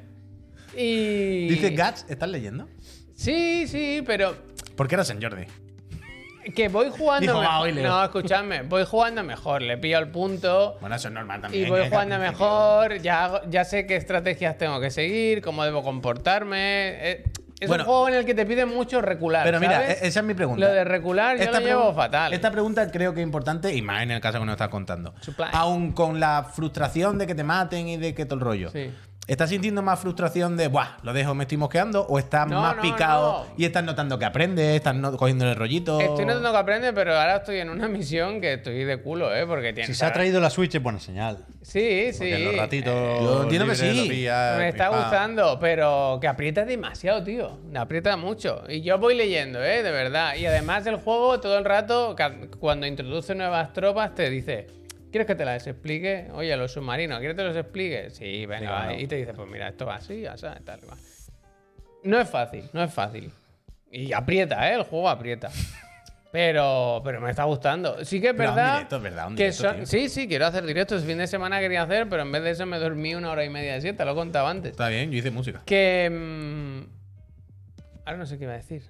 Y... Dice Guts, ¿estás leyendo? Sí, sí, pero ¿Por qué era San Jordi? que voy jugando Dijo, mejor. "Va, hoy leo". No, escuchadme, voy jugando mejor, le pillo el punto. Bueno, eso es normal también. Y voy ¿eh? jugando Al principio. mejor, ya, hago- ya sé qué estrategias tengo que seguir, cómo debo comportarme. Eh, Es Bueno, un juego en el que te piden mucho recular. Pero mira, ¿sabes? e- esa es mi pregunta. Lo de recular yo lo Esta llevo pregun- fatal. Esta pregunta creo que es importante, y más en el caso que nos estás contando. Supply. Aún con la frustración de que te maten y de que todo el rollo. Sí. ¿Estás sintiendo más frustración de, buah, lo dejo, me estoy mosqueando? ¿O estás No, más no, picado no. y estás notando que aprendes, estás no- cogiendo el rollito? Estoy notando que aprende, pero ahora estoy en una misión que estoy de culo, ¿eh? Porque tiene. Si se ha traído la Switch es buena señal. Sí, sí. Porque en los ratitos. Yo entiendo que libres, sí. los días, Me está pim, pam. gustando, pero que aprieta demasiado, tío. Me aprieta mucho. Y yo voy leyendo, ¿eh? De verdad. Y además el juego todo el rato, ca- cuando introduce nuevas tropas, te dice, ¿quieres que te las explique? Oye, los submarinos, ¿quieres que te los explique? Sí, venga, Sí, va. claro. Y te dice, pues mira, esto va así, así, tal, va. No es fácil, no es fácil. Y aprieta, ¿eh? El juego aprieta. Pero, pero me está gustando. Sí que es Pero haz un verdad. directo, es verdad, un que directo, son- tío. sí, sí, quiero hacer directos. Este fin de semana quería hacer, pero en vez de eso me dormí una hora y media de siesta, lo he contado antes. Está bien, yo hice música. Que. mm, ahora no sé qué iba a decir.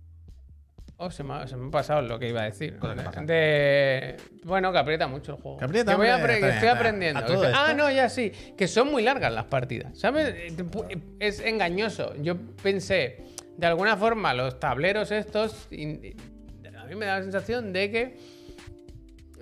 Oh, se me, ha, se me ha pasado lo que iba a decir. Cosa que pasa. De. Bueno, que aprieta mucho el juego. Que aprieta, voy a hombre, apre- está que bien, estoy está bien. aprendiendo. ¿A todo Que- ah, esto? no, ya sí. Que son muy largas las partidas. ¿Sabes? Eh, te pu- Es engañoso. Yo pensé, de alguna forma, los tableros estos. in- A mí me da la sensación de que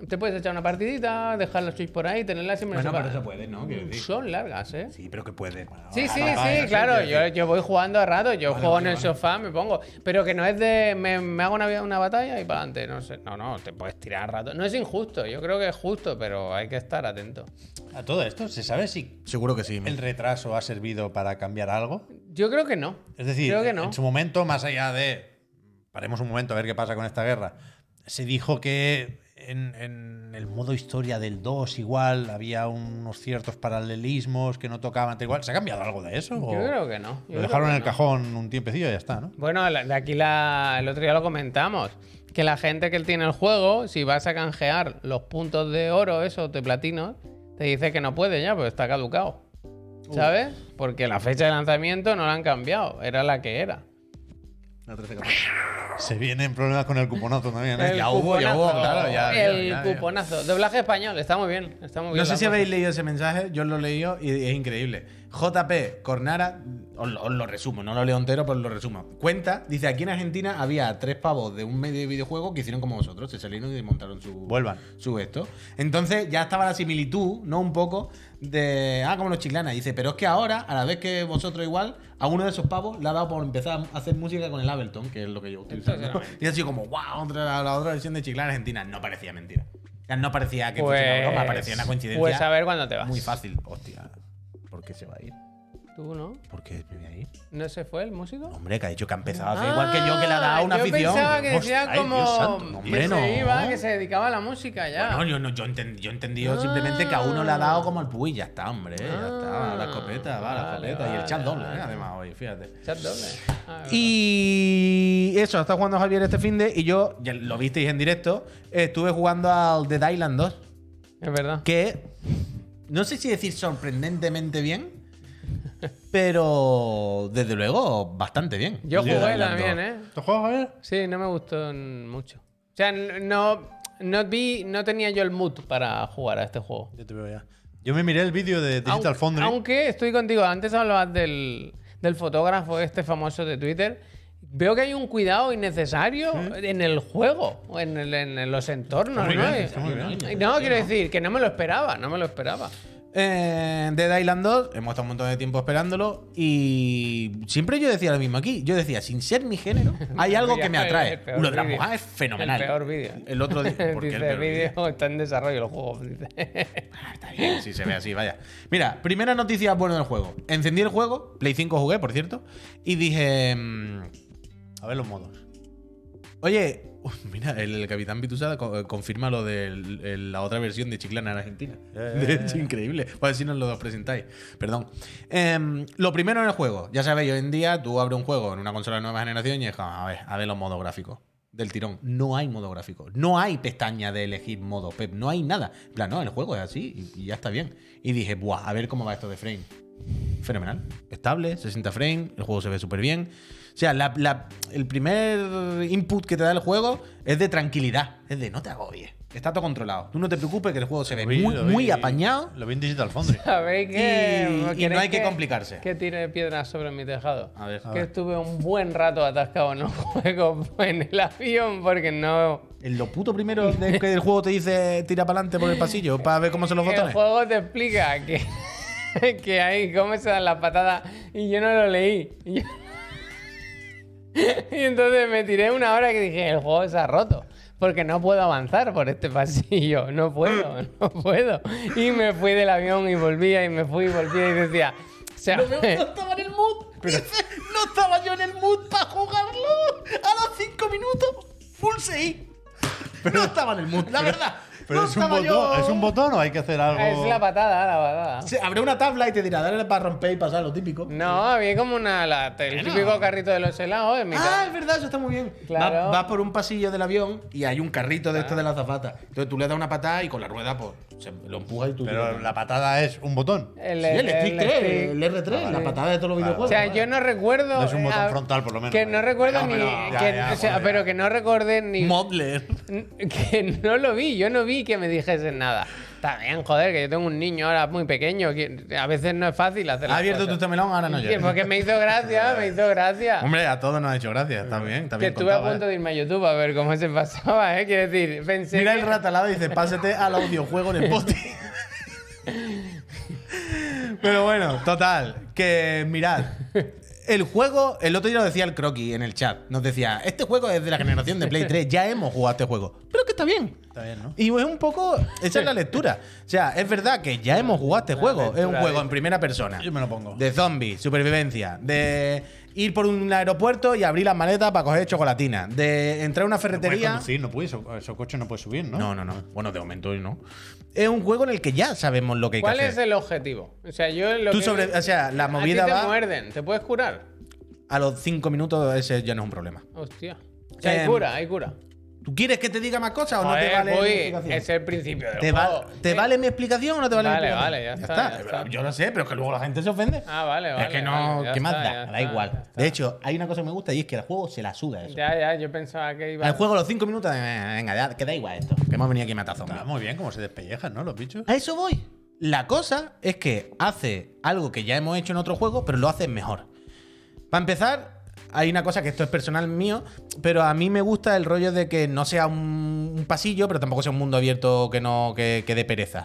te puedes echar una partidita, dejar la Switch por ahí, tenerla siempre en Bueno, el pero sofá. eso puede, ¿no? Quiero decir. Son largas, ¿eh? Sí, pero que puede. Sí, sí, para- para- sí, para- claro. quiero Yo, decir. yo voy jugando a rato, yo Vale, juego vale, en el vale. sofá, me pongo. Pero que no es de me, me hago una, una batalla y para adelante. No sé. No, no, te puedes tirar a rato. No es injusto, yo creo que es justo, pero hay que estar atento. A todo esto, ¿se sabe si Seguro que sí. el retraso ha servido para cambiar algo? Yo creo que no. Es decir, creo que no. en su momento, más allá de paremos un momento a ver qué pasa con esta guerra, se dijo que en, en el modo historia del dos igual había unos ciertos paralelismos que no tocaban tal igual. ¿Se ha cambiado algo de eso? Yo o creo que no. Yo Lo creo dejaron que en el no. cajón un tiempecillo y ya está, ¿no? Bueno, la- de aquí la, el otro día lo comentamos. Que la gente que tiene el juego, si vas a canjear los puntos de oro, esos de platino, te dice que no puede ya, porque está caducado. ¿Sabes? Porque la fecha de lanzamiento no la han cambiado. Era la que era. La trece catorce. Se vienen problemas con el cuponazo también, ¿eh? El Ya hubo, ya hubo, cuponazo, claro, ya, ya, El ya, ya. cuponazo. Doblaje español, está muy bien. Está muy bien No sé la si cosa. habéis leído ese mensaje, yo lo he leído y es increíble. J P Cornara, os, lo- os lo resumo, no lo leo entero, pero os lo resumo. Cuenta, dice, aquí en Argentina había tres pavos de un medio de videojuego que hicieron como vosotros, se salieron y montaron su, Vuelvan. su esto. Entonces ya estaba la similitud, ¿no? Un poco de, ah, como los Chiclana. Dice, pero es que ahora, a la vez que vosotros igual, a uno de esos pavos le ha dado por empezar a hacer música con el Ableton, que es lo que yo utilizo. ¿no? Exactamente. Y así como, wow, otra, la, la otra versión de Chiclana Argentina. No parecía mentira. O sea, no parecía que fuese una broma, parecía una coincidencia. Pues a ver cuándo te vas. Muy fácil. Hostia, ¿por qué se va a ir? ¿Tú no? ¿Por qué me voy a ir? ¿No se fue el músico? Hombre, que ha dicho que ha empezado a hacer igual que yo, que le ha dado una yo afición. pensaba que decía Hostia, como Dios santo, no, que hombre, se no. iba, que se dedicaba a la música ya. Bueno, yo, no, yo, entend- yo he entendido simplemente que a uno le ha dado como el Puy. Ya está, hombre. Ya está. Va la escopeta, va la Vale, escopeta. y el vale, chat doble, vale. ¿eh? Además, hoy, fíjate. Chat doble. Ah, es Y eso, está jugando Javier este fin de. Y yo, ya lo visteis en directo, estuve jugando al Dead Island dos. verdad. Es verdad. Que no sé si decir sorprendentemente bien, pero desde luego bastante bien. Yo El Dead jugué Island también, dos. ¿eh? ¿Tú juegas, Javier? Sí, no me gustó mucho. O sea, n- no, no vi, no tenía yo el mood para jugar a este juego. Yo te veo ya. Yo me miré el vídeo de Digital Aun- Foundry. Aunque estoy contigo, antes hablabas del, del fotógrafo este famoso de Twitter. Veo que hay un cuidado innecesario en el juego, o en, el- en los entornos, muy ¿no? bien, Y- está muy bien. No, quiero decir que no me lo esperaba, no me lo esperaba. Eh, Dead Island dos, hemos estado un montón de tiempo esperándolo y siempre yo decía lo mismo aquí. Yo decía, sin ser mi género, hay algo que me El atrae. peor Lo de la vídeo. moja es fenomenal. El peor vídeo. El otro día. ¿Por qué el Dice, peor vídeo? vídeo está en desarrollo el juego. Dice. Está bien, si se ve así, vaya. Mira, primera noticia buena del juego. Encendí el juego, Play cinco jugué, por cierto, y dije, mm, A ver los modos. oye, uf, mira, el, el Capitán Vitusada co- confirma lo de el- el- la otra versión de Chiclana en Argentina. Es increíble. Pues si nos lo presentáis. Perdón. Em, lo primero en el juego. Ya sabéis, hoy en día tú abres un juego en una consola de nueva generación y es como, a ver, a ver los modos gráficos. Del tirón. No hay modo gráfico. No hay pestaña de elegir modo Pep. No hay nada. En plan, no, el juego es así y, y ya está bien. Y dije, buah, a ver cómo va esto de frame. Fenomenal. Estable, sesenta frames, el juego se ve súper bien. O sea, la- la- el primer input que te da el juego es de tranquilidad. Es de no te agobies. Está todo controlado. Tú no te preocupes que el juego se ve Lo vi, muy, lo vi. muy apañado. Lo vi en Digital Foundry. ¿Sabéis que Y- y no queréis hay que complicarse. Que tire piedras sobre mi tejado. A ver. que A ver. estuve un buen rato atascado en el juego, en el avión, porque no. En lo puto primero de que el juego te dice tira para adelante por el pasillo para ver cómo son los El botones. juego te explica que, que ahí cómo se dan las patadas y yo no lo leí. Y, yo- y entonces me tiré una hora que dije, el juego se ha roto. Porque no puedo avanzar por este pasillo. No puedo, no puedo. Y me fui del avión y volvía y me fui y volvía y decía... O sea, No estaba en el mood. Dice, no estaba yo en el mood para jugarlo. A los cinco minutos, full C I. No estaba en el mood, la verdad. Pero No es, un estaba botón, yo- ¿es un botón o hay que hacer algo? es la patada, la patada. Se abre una tabla y te dirá, dale para romper y pasar lo típico. No, había como una... La, el Bueno. típico carrito de los helados en mi Ah, casa. es verdad, eso está muy bien. Claro. Vas vas por un pasillo del avión y hay un carrito de esto de la azafata. Entonces tú le das una patada y con la rueda pues se lo empujas y tú Pero tiras. la patada es un botón. El, Sí, el stick tres, stick. el R tres, Ah, la vale. patada de todos los Vale, O videojuegos. sea, yo no recuerdo... No es un botón ah, frontal, por lo menos. Que no recuerdo Bueno, ni... pero- que- ya, ya, o sea, joder. pero que no recordé ni... Modler. Que no lo vi, yo no vi que me dijesen nada. Está bien, joder, que yo tengo un niño ahora muy pequeño. Que a veces no es fácil hacer ¿Has las abierto tu cosas. este melón? Ahora no Sí, llores. porque me hizo gracia, me hizo gracia. Hombre, a todos nos ha hecho gracia. Está bien, está Que bien estuve a contado, punto ¿eh? de irme a YouTube a ver cómo se pasaba, ¿eh? Quiero decir, pensé Mira que... el rata al lado y dice, pásate al audiojuego en el post. Pero bueno, total, que mirad. El juego, el otro día lo decía el Croqui en el chat. Nos decía, este juego es de la generación de Play tres, ya hemos jugado este juego. Pero que está bien. Está bien, ¿no? Y es un poco. Esa es la lectura. O sea, es verdad que ya hemos jugado este juego. Es un lectura, juego dice. en primera persona. Yo me lo pongo. De zombies, supervivencia. De ir por un aeropuerto y abrir las maletas para coger chocolatina. De entrar a una No puedes ferretería. conducir, no puedes, eso- esos coches no puedes subir, ¿no? No, no, no. Bueno, de momento hoy no. Es un juego en el que ya sabemos lo que hay que ¿Cuál hacer. es el objetivo? O sea, yo lo Tú que... sobre, o sea, la movida a ti te va muerden, ¿te puedes curar? a los cinco minutos, ese ya no es un problema. Hostia. O sea, hay Em, cura, hay cura. ¿Tú quieres que te diga más cosas o no te Joder, vale mi Puy, explicación? es el principio del ¿Te, juego. va- ¿Te Sí. vale mi explicación o no te vale Vale, mi explicación? vale, ya está, ya está. Yo lo sé, pero es que luego la gente se ofende. Ah, vale, vale. es que no, vale, ya ¿qué más está, da? ya Da está, igual. ya está. De hecho, hay una cosa que me gusta y es que al juego se la suda eso. Ya, ya, yo pensaba que iba... Al juego a los cinco minutos, eh, venga, ya, que da igual esto. Que hemos venido aquí a matar zombies. Está muy bien cómo se despellejan, ¿no? Los bichos. A eso voy. La cosa es que hace algo que ya hemos hecho en otro juego, pero lo hace mejor. Para empezar, hay una cosa que esto es personal mío, pero a mí me gusta el rollo de que no sea un, un pasillo, pero tampoco sea un mundo abierto que no que, que dé pereza.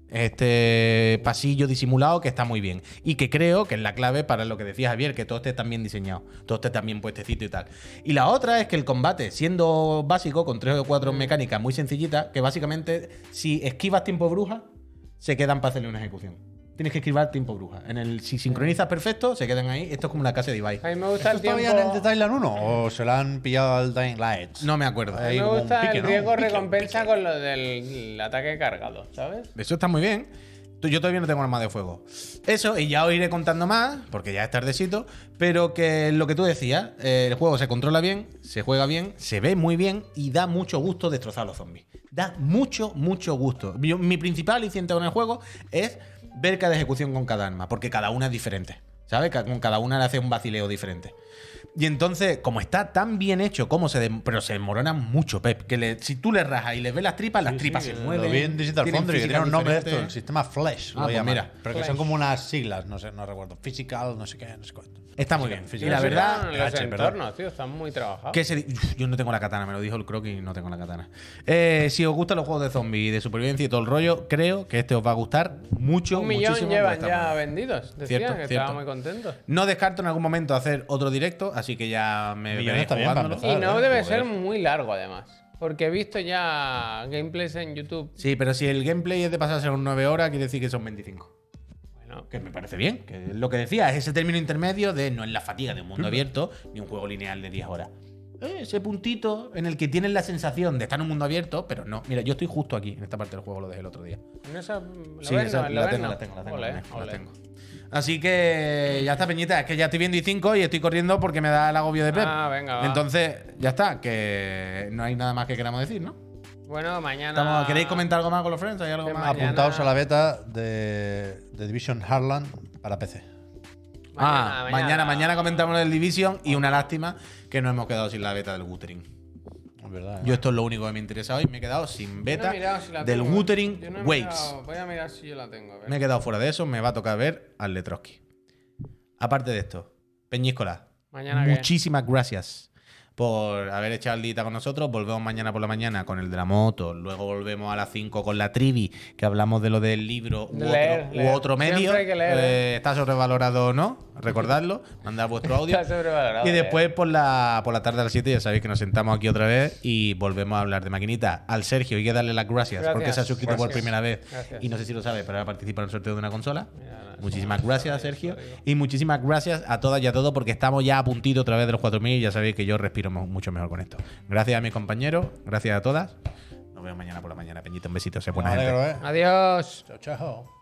Este pasillo disimulado que está muy bien. Y que creo que es la clave para lo que decía Javier, que todo esté tan bien diseñado, todo esté tan bien puestecito y tal. Y la otra es que el combate, siendo básico, con tres o cuatro mecánicas muy sencillitas, que básicamente si esquivas tiempo bruja, se quedan para hacerle una ejecución. Tienes que esquivar tiempo bruja. En el, si sincronizas perfecto, se quedan ahí. Esto es como una casa de Ibai. A mí me gusta el ¿Esto tiempo... todavía en el The Thailand uno o se lo han pillado al Dying Light? No me acuerdo. A Ahí mí me como un gusta pique, el ¿no? riesgo Un pique, recompensa con lo del ataque cargado, ¿sabes? Eso está muy bien. Tú- Yo todavía no tengo arma de fuego. Eso, y ya os iré contando más, porque ya es tardecito, pero que lo que tú decías, eh, el juego se controla bien, se juega bien, se ve muy bien y da mucho gusto destrozar a los zombies. Da mucho, mucho gusto. Yo- mi principal aliciente con el juego es ver cada ejecución con cada arma, porque cada una es diferente. ¿Sabes? Ca- Con cada una le hace un vacileo diferente. Y entonces, como está tan bien hecho, como se dem- pero se desmorona mucho, Pep. Que le- si tú le rajas y le ves las tripas, las tripas se mueven. Lo vi en Digital tienen Foundry, que físicas tiene un nombre de esto, el diferentes. sistema Flash. Ah, lo pues llaman. mira. Pero que Flash. son como unas siglas, no sé, no recuerdo. Physical, no sé qué, no sé cuánto. Está muy bien. Física, Y la física. verdad, Los H, perdón. entornos, tío, están muy trabajados. que se di- Uf, yo no tengo la katana, me lo dijo el croquis y no tengo la katana. Eh, si os gustan los juegos de zombies y de supervivencia y todo el rollo, creo que este os va a gustar mucho, Un millón muchísimo. llevan porque está ya muy bien. vendidos. Decían Cierto, que cierto. estaban muy contentos. No descarto en algún momento hacer otro directo, así que ya me Millones veréis está bien para jugándolo. empezar. Y no eh, debe joder. ser muy largo, además. Porque he visto ya gameplays en YouTube. Sí, pero si el gameplay es de pasarse unas nueve horas, quiere decir que son veinticinco. Bueno, Que me parece bien, que es lo que decía, es ese término intermedio de no es la fatiga de un mundo abierto ni un juego lineal de diez horas. Eh, ese puntito en el que tienes la sensación de estar en un mundo abierto, pero no. Mira, yo estoy justo aquí, en esta parte del juego, lo dejé el otro día. ¿en esa, ¿lo Sí, ves? esa- No, ¿lo la, ves? tengo, No. la tengo, la tengo, Ole, la tengo, la ole. tengo. Así que ya está, Peñita, es que ya estoy viendo y cinco y estoy corriendo porque me da el agobio de Pep. Ah, venga, va. Entonces, ya está, que no hay nada más que queramos decir, ¿no? Bueno, mañana. Estamos- ¿Queréis comentar algo más con los friends? ¿Hay algo Que más? mañana- Apuntaos a la beta de, de Division Heartland para P C. Ah, mañana, mañana comentamos el Division y una lástima que nos hemos quedado sin la beta del Wuthering. Es verdad. Yo esto es lo único que me interesa hoy. Me he quedado sin Yo no beta he mirado si la del tengo, ¿eh? Wuthering Yo no he Waves. mirado- Voy a mirar si yo la tengo. a ver. Me he quedado fuera de eso. Me va a tocar ver al Letroski. Aparte de esto, Peñíscola, Mañana qué? muchísimas gracias por haber echado el día con nosotros. Volvemos mañana por la mañana con el de la moto. Luego volvemos a las cinco con la trivi, que hablamos de lo del libro u, Leer, otro, u leer. otro medio. Siempre hay que leer, Eh, está sobrevalorado o no. Recordadlo. Mandad vuestro audio. Está sobrevalorado, Y eh. después por la, por la tarde a las siete ya sabéis que nos sentamos aquí otra vez y volvemos a hablar de maquinita. Al Sergio hay que darle las gracias, Gracias. porque se ha suscrito por Gracias. primera vez Gracias. y no sé si lo sabe, pero ahora participa en el sorteo de una consola. Mira, Muchísimas gracias, Sergio. lo digo. Y muchísimas gracias a todas y a todos porque estamos ya a puntito otra vez de los cuatro mil y ya sabéis que yo respiro mo- mucho mejor con esto. Gracias a mis compañeros, gracias a todas. Nos vemos mañana por la mañana, Peñita. Un besito, se Me buena gente. alegro, ¿eh? Adiós. Chao, chao.